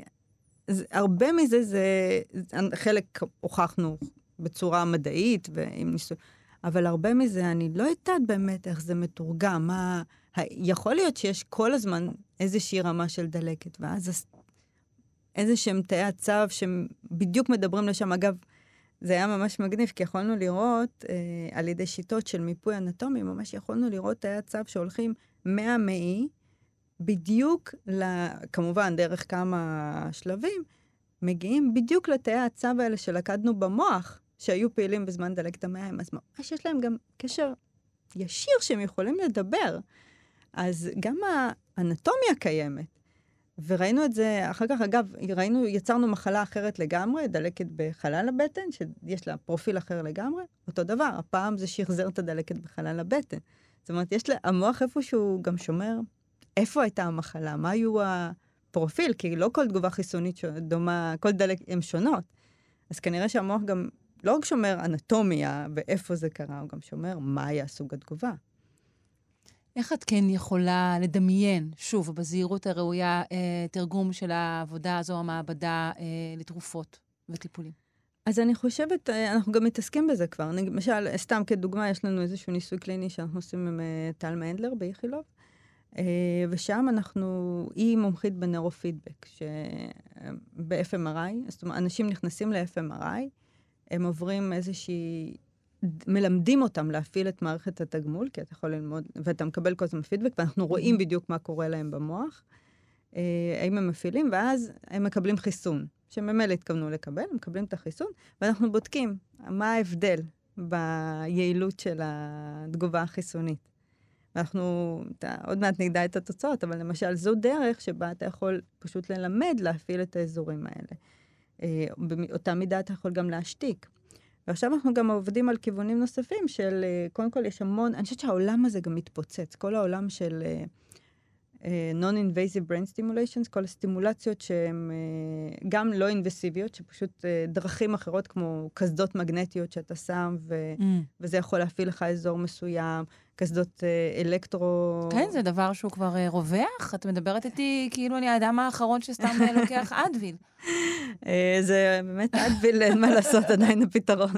הרבה מזה חלק הוכחנו בצורה מדעית, אבל הרבה מזה אני לא יודעת באמת איך זה מתורגם. יכול להיות שיש כל הזמן איזושהי רמה של דלקת, ואז איזשהם תאי הצו שבדיוק מדברים לשם. אגב, זה היה ממש מגניב, כי יכולנו לראות, על ידי שיטות של מיפוי אנטומי, ממש יכולנו לראות תאי הצו שהולכים מהמעי, בדיוק, כמובן, דרך כמה שלבים, מגיעים בדיוק לתאי הצו האלה שלקדנו במוח, שהיו פעילים בזמן דלקת המעיים. אז ממש יש להם גם קשר ישיר שהם יכולים לדבר. אז גם האנטומיה קיימת. וראינו את זה, אחר כך, אגב, יצרנו מחלה אחרת לגמרי, דלקת בחלל הבטן, שיש לה פרופיל אחר לגמרי, אותו דבר, הפעם זה שחזר את הדלקת בחלל הבטן. זאת אומרת, המוח איפשהו גם שומר, איפה הייתה המחלה, מה היו הפרופיל, כי לא כל תגובה חיסונית דומה, כל דלקת הן שונות. אז כנראה שהמוח גם לא רק שומר אנטומיה ואיפה זה קרה, הוא גם שומר מה היה סוג התגובה. איך את כן יכולה לדמיין, שוב, בזהירות הראויה, תרגום של העבודה הזו, המעבדה לתרופות וטיפולים? אז אני חושבת, אנחנו גם מתעסקים בזה כבר. למשל, סתם כדוגמה, יש לנו איזשהו ניסוי קליני שאנחנו עושים עם טל מנדלר באיכילוב, ושם היא מומחית בנוירופידבק, ב-FMRI, זאת אומרת, אנשים נכנסים ל-FMRI, הם עוברים מלמדים אותם להפעיל את מערכת התגמול, כי אתה יכול ללמוד, ואתה מקבל כל הזמן פידבק, ואנחנו רואים בדיוק מה קורה להם במוח, האם הם מפעילים, ואז הם מקבלים חיסון, שממילא התכוונו לקבל, הם מקבלים את החיסון, ואנחנו בודקים מה ההבדל ביעילות של התגובה החיסונית. ואנחנו עוד מעט נגדע את התוצאות, אבל למשל זו דרך שבה אתה יכול פשוט ללמד להפעיל את האזורים האלה. באותה מידה אתה יכול גם להשתיק. ועכשיו אנחנו גם עובדים על כיוונים נוספים של, קודם כל יש המון, אני חושבת שהעולם הזה גם מתפוצץ, כל העולם של non-invasive brain stimulations, כל הסטימולציות שהן גם לא אינבסיביות, שפשוט דרכים אחרות כמו קסדות מגנטיות שאתה שם, וזה יכול להפעיל לך אזור מסוים, קסדות אלקטרו... כן, זה דבר שהוא כבר רווח? את מדברת איתי כאילו אני האדם האחרון שסתם לוקח אדוויל. זה באמת אדוויל, אין מה לעשות, עדיין הפתרון.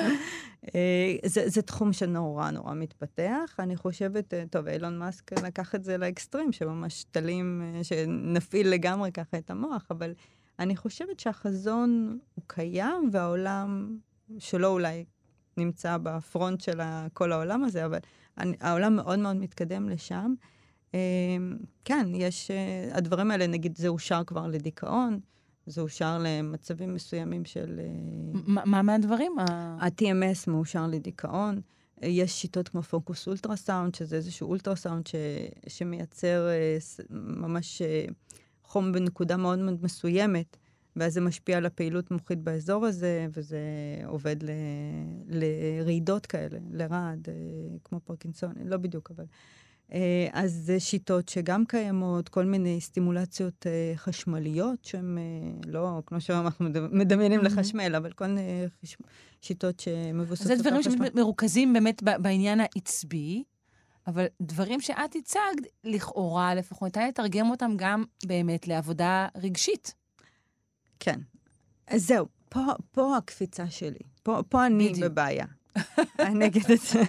זה תחום שנורא נורא מתפתח. אני חושבת, טוב, אילון מאסק לקח את זה לאקסטרים, שממש תלים, שנפעיל לגמרי ככה את המוח, אבל אני חושבת שהחזון הוא קיים, והעולם שלו אולי נמצא בפרונט של כל העולם הזה, אבל העולם מאוד מאוד מתקדם לשם. כן, יש, הדברים האלה, נגיד, זה אושר כבר לדיכאון, זה אושר למצבים מסוימים של... מה מהדברים? ה-TMS מאושר לדיכאון. יש שיטות כמו פוקוס אולטרסאונד, שזה איזשהו אולטרסאונד שמייצר ממש חום בנקודה מאוד מאוד מסוימת, ואז זה משפיע על הפעילות מוחית באזור הזה, וזה עובד לרעידות כאלה, לרעד, כמו פרקינסון, לא בדיוק, אבל... אז זה שיטות שגם קיימות, כל מיני סטימולציות חשמליות, שהן לא, כמו שאנחנו מדמיינים לחשמל, אבל כל מיני שיטות שמבוססות על חשמל. זה דברים שמרוכזים באמת בעניין העצבי, אבל דברים שאת הצגת, לכאורה לפחות, ניתן לתרגם אותם גם באמת לעבודה רגשית. כן. אז זהו, פה הקפיצה שלי. פה אני בבעיה. אני אגיד את זה.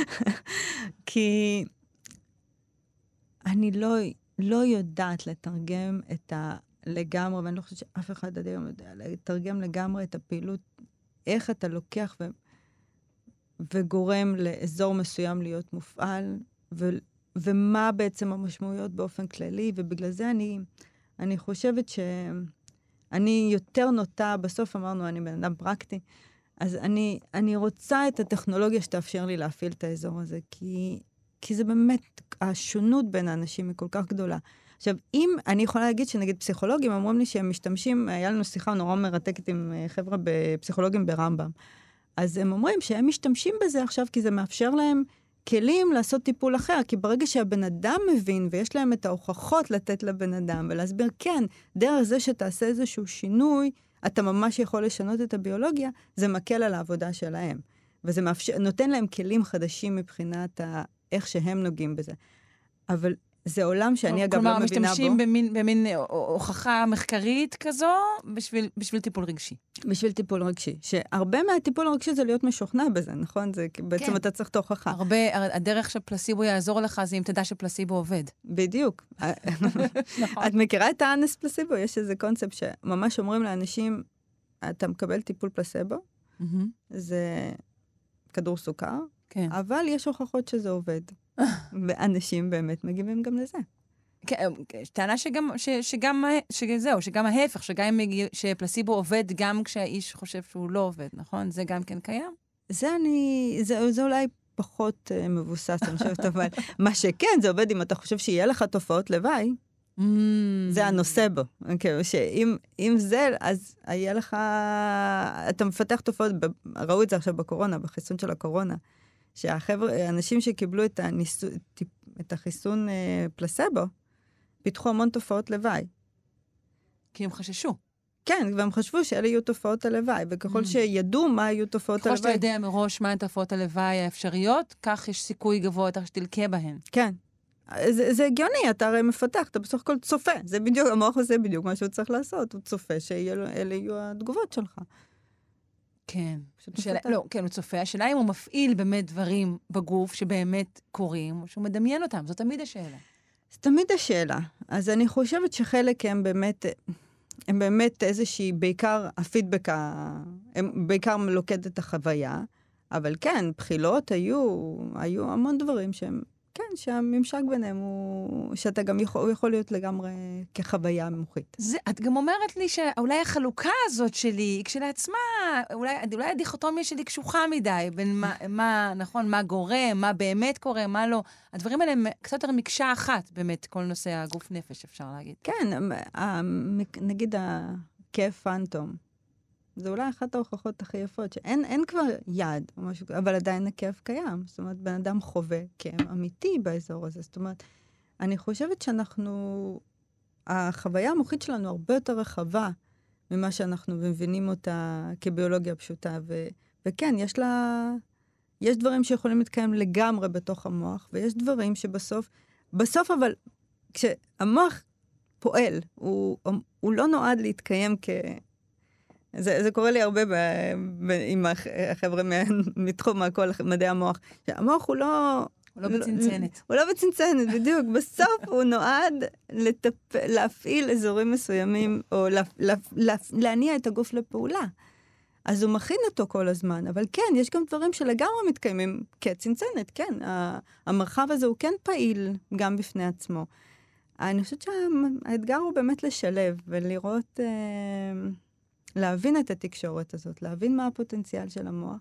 כי אני לא יודעת לתרגם את לגמרי, ואני לא חושבת שאף אחד עד היום יודע, לתרגם לגמרי את הפעילות, איך אתה לוקח וגורם לאזור מסוים להיות מופעל, ומה בעצם המשמעויות באופן כללי, ובגלל זה אני חושבת שאני יותר נוטה, בסוף אמרנו, אני בן אדם פרקטי, אז אני רוצה את הטכנולוגיה שתאפשר לי להפעיל את האזור הזה, כי זה באמת, השונות בין האנשים היא כל כך גדולה. עכשיו, אם אני יכולה להגיד שנגיד פסיכולוגים, אמרו לי שהם משתמשים, היה לנו שיחה נורא מרתקת עם חבר'ה בפסיכולוגים ברמב"ם, אז הם אומרים שהם משתמשים בזה עכשיו, כי זה מאפשר להם כלים לעשות טיפול אחר, כי ברגע שהבן אדם מבין, ויש להם את ההוכחות לתת לבן אדם, ולהסביר, כן, דרך זה שתעשה איזשהו שינוי, אתה ממש יכול לשנות את הביולוגיה, זה מקל על העבודה שלהם. וזה נותן להם כלים חדשים מבחינת איך שהם נוגעים בזה. אבל זה עולם שאני אגב לא מבינה בו. כלומר, משתמשים במין הוכחה מחקרית כזו, בשביל טיפול רגשי. בשביל טיפול רגשי. שהרבה מהטיפול הרגשי זה להיות משוכנע בזה, נכון? זה בעצם אתה צריך את ההוכחה. הדרך שפלסיבו יעזור לך, זה אם תדע שפלסיבו עובד. בדיוק. את מכירה את האנס פלסיבו? יש איזה קונספט שממש אומרים לאנשים, אתה מקבל טיפול פלסיבו, זה כדור סוכר, אבל יש הוכחות שזה עובד. ואנשים באמת מגיבים גם לזה. טענה שגם ההפך, שפלסיבו עובד גם כשהאיש חושב שהוא לא עובד, נכון? זה גם כן קיים? זה אולי פחות מבוסס, אני חושבת, אבל מה שכן, זה עובד אם אתה חושב שיהיה לך תופעות לוואי, זה הנושא בו. שאם זה, אז יהיה לך, אתה מפתח תופעות, ראו את זה עכשיו בקורונה, בחיסון של הקורונה, שהאנשים שקיבלו את החיסון פלסבו, פיתחו המון תופעות לוואי. כי הם חששו. כן, והם חשבו שאלה יהיו תופעות הלוואי, וככל שידעו מה יהיו תופעות הלוואי. ככל שאתה יודע מראש מה הן תופעות הלוואי האפשריות, כך יש סיכוי גבוה יותר שתלקה בהן. כן. זה הגיוני, אתה הרי מפתח, אתה בסך הכל צופה. זה בדיוק, המוח עושה בדיוק מה שהוא צריך לעשות. הוא צופה שאלה יהיו התגובות שלך. כן. כן, הוא צופה. השאלה אם הוא מפעיל באמת דברים בגוף שבאמת קורים, או שהוא מדמיין אותם. זו תמיד השאלה. זו תמיד השאלה. אז אני חושבת שחלק הם באמת איזושהי, בעיקר הפידבק, הם בעיקר מלוקד את החוויה, אבל כן, בחילות היו המון דברים שהם, כן, שהממשק ביניהם הוא, שאתה גם יכול להיות לגמרי כחוויה מוחית. את גם אומרת לי שאולי החלוקה הזאת שלי, היא כשלעצמה, אולי הדיכוטומיה שלי קשוחה מדי, בין מה, נכון, מה גורם, מה באמת קורה, מה לא. הדברים האלה הם קצת יותר מקשה אחת, באמת, כל נושא הגוף נפש, אפשר להגיד. כן, נגיד הכאב פנטום. זה אולי אחת ההוכחות הכי יפות, שאין כבר יד, או משהו, אבל עדיין הכאב קיים. זאת אומרת, בן אדם חווה כאב אמיתי באזור הזה. זאת אומרת, אני חושבת החוויה המוחית שלנו הרבה יותר רחבה ממה שאנחנו מבינים אותה כביולוגיה פשוטה. וכן, יש דברים שיכולים להתקיים לגמרי בתוך המוח, ויש דברים בסוף אבל, כשהמוח פועל, הוא לא נועד להתקיים זה קורה לי הרבה עם החבר'ה מתחום מדעי המוח. המוח הוא לא בצנצנת. הוא לא בצנצנת, בדיוק. בסוף הוא נועד להפעיל אזורים מסוימים, או להניע את הגוף לפעולה. אז הוא מכין אותו כל הזמן. אבל כן, יש גם דברים שלגמרי מתקיימים כצנצנת, כן. המרחב הזה הוא כן פעיל גם בפני עצמו. אני חושבת שהאתגר הוא באמת לשלב ולראות להבין את התקשורת הזאת, להבין מה הפוטנציאל של המוח.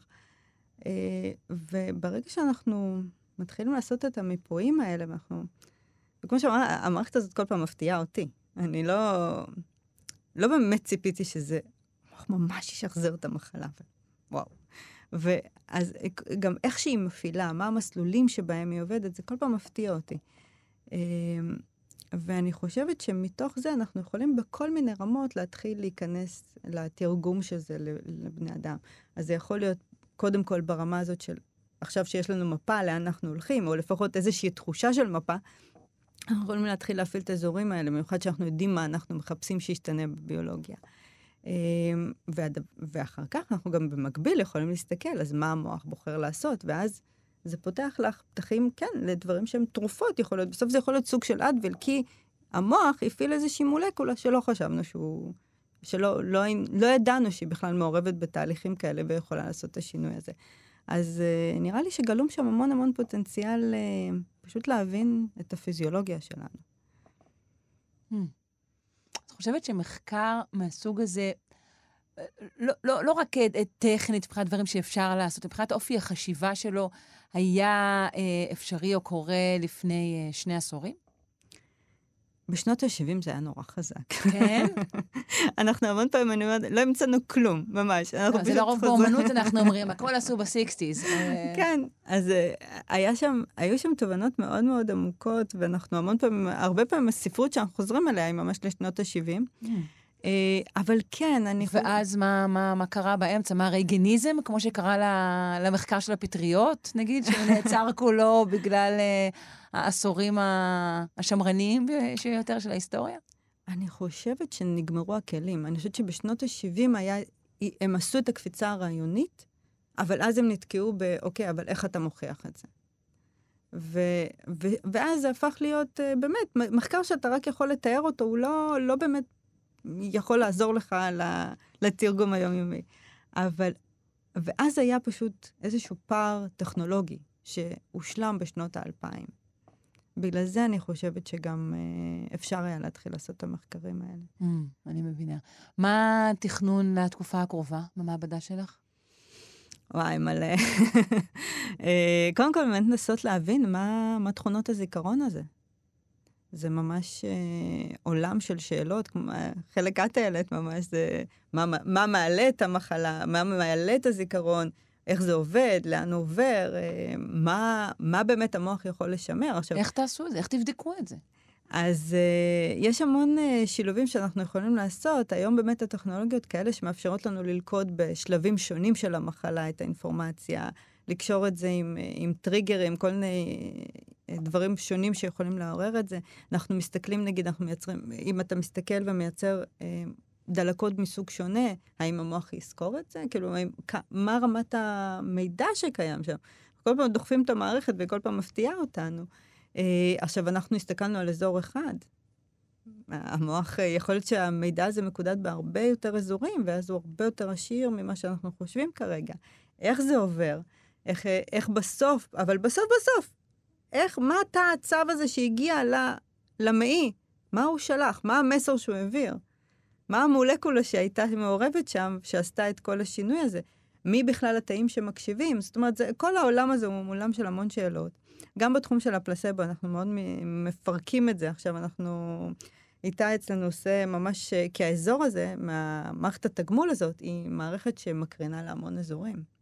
וברגע שאנחנו מתחילים לעשות את המיפויים האלה, וכמו שאמרה, המערכת הזאת כל פעם מפתיעה אותי. אני לא לא באמת ציפיתי שזה ממש ישחזר את המחלה. וואו. ואז גם איך שהיא מפעילה, מה המסלולים שבהם היא עובדת, זה כל פעם מפתיע אותי. ואני חושבת שמתוך זה אנחנו יכולים בכל מיני רמות להתחיל להיכנס לתרגום של זה לבני אדם. אז זה יכול להיות קודם כל ברמה הזאת של עכשיו שיש לנו מפה לאן אנחנו הולכים, או לפחות איזושהי תחושה של מפה, אנחנו יכולים להתחיל להפעיל את האזורים האלה, במיוחד שאנחנו יודעים מה אנחנו מחפשים שישתנה בביולוגיה. ואחר כך אנחנו גם במקביל יכולים להסתכל, אז מה המוח בוחר לעשות, ואז זה פותח לך פתחים, כן, לדברים שהם תרופות, יכול להיות, בסוף זה יכול להיות סוג של אדוויל, כי המוח הפעיל איזושהי מולקולה שלא חשבנו לא ידענו שהיא בכלל מעורבת בתהליכים כאלה, ויכולה לעשות את השינוי הזה. אז נראה לי שגלום שם המון המון פוטנציאל פשוט להבין את הפיזיולוגיה שלנו. את חושבת שמחקר מהסוג הזה, לא רק טכנית, מבחינת דברים שאפשר לעשות, מבחינת אופי החשיבה שלו, היה אפשרי או קורה לפני 2 עשורים? בשנות ה-70 זה היה נורא חזק. כן? אנחנו המון פעמים, אני אומרת, לא המצאנו כלום, ממש. זה לא רוב באומנות, אנחנו אומרים, הכל עשו ב-60s. כן, אז היו שם תובנות מאוד מאוד עמוקות, ואנחנו המון פעמים, הרבה פעמים הספרות שאנחנו חוזרים עליה, היא ממש לשנות ה-70. אבל כן, אני חושבת... ואז מה קרה באמצע? מה, רייגניזם, כמו שקרה למחקר של הפטריות, נגיד, שנעצר כולו בגלל העשורים השמרניים יותר של ההיסטוריה? אני חושבת שנגמרו הכלים. אני חושבת שבשנות ה-70 הם עשו את הקפיצה הרעיונית, אבל אז הם נתקעו אוקיי, אבל איך אתה מוכיח את זה? ואז זה הפך להיות באמת, מחקר שאתה רק יכול לתאר אותו, הוא לא באמת יכול לעזור לך לתרגום היומיומי. ואז היה פשוט איזשהו פער טכנולוגי שהושלם בשנות ה-2000. בגלל זה אני חושבת שגם אפשר היה להתחיל לעשות את המחקרים האלה. אני מבינה. מה התכנון לתקופה הקרובה במעבדה שלך? וואי, מלא. קודם כל, באמת לנסות להבין מה תכונות הזיכרון הזה. זה ממש עולם של שאלות, חלק את העלית ממש, זה מה מעלה את המחלה, מה מעלה את הזיכרון, איך זה עובד, לאן הוא עובר, מה באמת המוח יכול לשמר. עכשיו, איך תעשו את זה? איך תבדקו את זה? אז יש המון שילובים שאנחנו יכולים לעשות. היום באמת הטכנולוגיות כאלה שמאפשרות לנו ללכוד בשלבים שונים של המחלה את האינפורמציה, לקשור את זה עם טריגרים, כל מיני דברים שונים שיכולים לעורר את זה. אנחנו מסתכלים, נגיד, אנחנו מייצרים, אם אתה מסתכל ומייצר דלקות מסוג שונה, האם המוח יזכור את זה? כאילו, מה רמת המידע שקיים שם? כל פעם דוחפים את המערכת וכל פעם מפתיעה אותנו. עכשיו, אנחנו הסתכלנו על אזור אחד. המוח, יכול להיות שהמידע הזה מקודד בהרבה יותר אזורים, ואז הוא הרבה יותר עשיר ממה שאנחנו חושבים כרגע. איך זה עובר? איך בסוף, אבל בסוף, מה אתה הצו הזה שהגיע למעי? מה הוא שלח? מה המסר שהוא העביר? מה המולקולה שהייתה מעורבת שם, שעשתה את כל השינוי הזה? מי בכלל התאים שמקשיבים? זאת אומרת, כל העולם הזה הוא עולם של המון שאלות. גם בתחום של הפלסבו, אנחנו מאוד מפרקים את זה. עכשיו אנחנו, איתה אצלנו עושה ממש, כי האזור הזה, מערכת התגמול הזאת, היא מערכת שמקרינה להמון אזורים.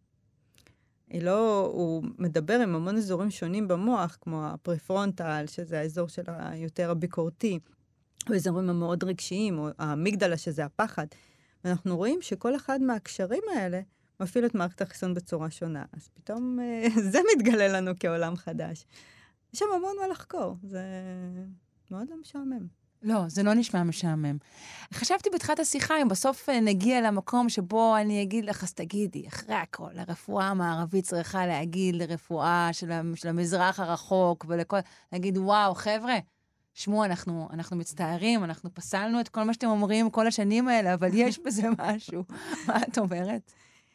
הוא מדבר עם המון אזורים שונים במוח, כמו הפרפרונטל, שזה האזור של היותר הביקורתי, או אזורים המאוד רגשיים, או המגדלה, שזה הפחד. ואנחנו רואים שכל אחד מהקשרים האלה מפעיל את מערכת החיסון בצורה שונה. אז פתאום זה מתגלה לנו כעולם חדש. יש שם המון מה לחקור. זה מאוד לא משעמם. לא, זה לא נשמע משעמם. חשבתי בתחילת השיחה, אם בסוף נגיע למקום שבו אני אגיד לך, אז תגידי, אחרי הכל, הרפואה המערבית צריכה להגיד לרפואה של המזרח הרחוק, להגיד, וואו, חבר'ה, שמעו, אנחנו מצטערים, אנחנו פסלנו את כל מה שאתם אומרים כל השנים האלה, אבל יש בזה משהו. מה את אומרת?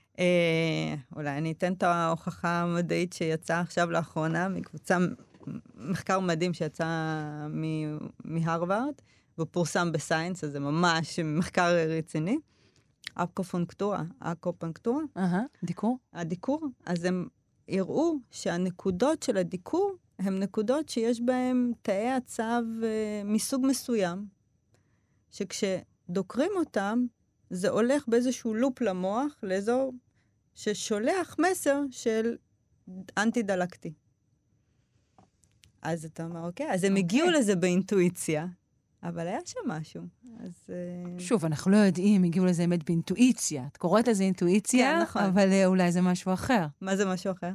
אולי אני אתן את ההוכחה המדעית שיצאה עכשיו לאחרונה, מקבוצה מחקר מדהים שיצא מהרווארד, ופורסם בסיינס, אז זה ממש מחקר רציני. אקופונקטורה. דיקור? הדיקור. אז הם הראו שהנקודות של הדיקור, הן נקודות שיש בהן תאי הצו מסוג מסוים, דוקרים אותם, זה הולך באיזשהו לופ למוח, לאזור ששולח מסר של אנטי-דלקתי. אז אתה אומר, אוקיי, אז הם הגיעו לזה באינטואיציה, אבל היה שם משהו. אז... שוב, אנחנו לא יודעים, הגיעו לזה באמת באינטואיציה. את קוראת לזה אינטואיציה, כן, נכון. אבל אולי זה משהו אחר. מה זה משהו אחר?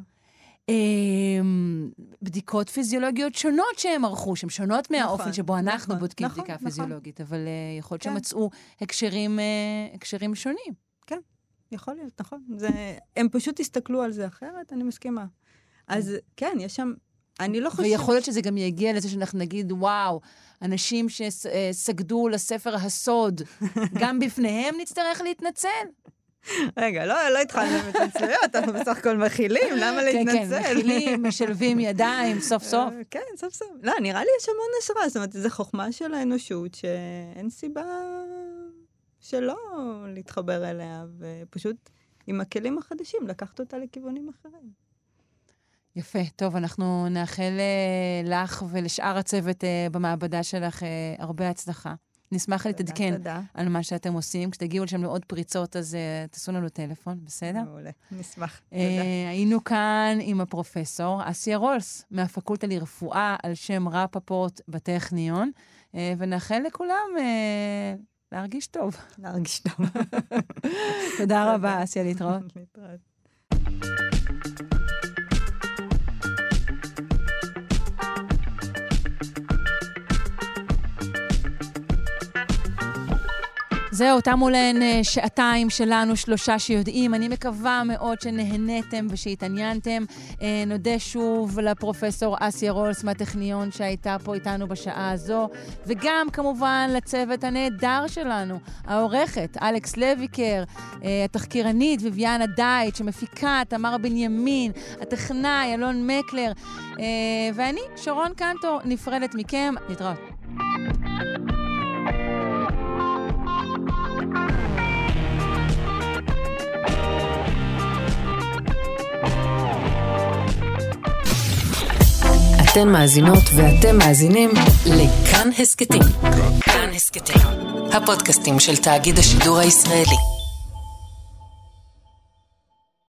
בדיקות פיזיולוגיות שונות שהם ערכו, שהן שונות מהאופן שבו אנחנו בודקים בדיקה פיזיולוגית, אבל יכול להיות שמצאו הקשרים שונים. כן, יכול להיות, נכון. הם פשוט הסתכלו על זה אחרת, אני מסכימה. אז כן, יש שם... אני לא חושבת... ויכול להיות שזה גם יגיע לזה שאנחנו נגיד, וואו, אנשים שסגדו לספר הסוד, גם בפניהם נצטרך להתנצל. רגע, לא התחלנו מתנצלויות, אנחנו בסך הכל מכילים, למה להתנצל? כן, מכילים, משלבים ידיים, סוף סוף. כן, סוף סוף. לא, נראה לי יש המון השראה, זאת אומרת, זו חוכמה של האנושות, שאין סיבה שלא להתחבר אליה, ופשוט עם הכלים החדשים, לקחת אותה לכיוונים אחרים. יפה, טוב, אנחנו נאחל לך ולשאר הצוות במעבדה שלך הרבה הצלחה. נשמח להתעדכן על מה שאתם עושים. כשתגיעו לשם לעוד פריצות, אז תעשו לנו טלפון, בסדר? מעולה, נשמח. היינו כאן עם הפרופסור אסיה רולס, מהפקולטה לרפואה על שם רפפורט בטכניון, ונאחל לכולם להרגיש טוב. להרגיש טוב. תודה רבה, אסיה, להתראות. להתראות. זהו, תמו להן שעתיים שלנו, 3 שיודעים. אני מקווה מאוד שנהניתם ושהתעניינתם. נודה שוב לפרופסור אסיה רולס מהטכניון שהייתה פה איתנו בשעה הזו, וגם כמובן לצוות הנהדר שלנו, העורכת אלכס לויקר, התחקירנית ויביאנה דייט, שמפיקה תמר בנימין, הטכנאי אלון מקלר, ואני, שרון קנטור, נפרדת מכם. להתראות. אתן מאזינות ואתם מאזינים לכאן הסקטים. כאן הסקטים, הפודקאסטים של תאגיד השידור הישראלי.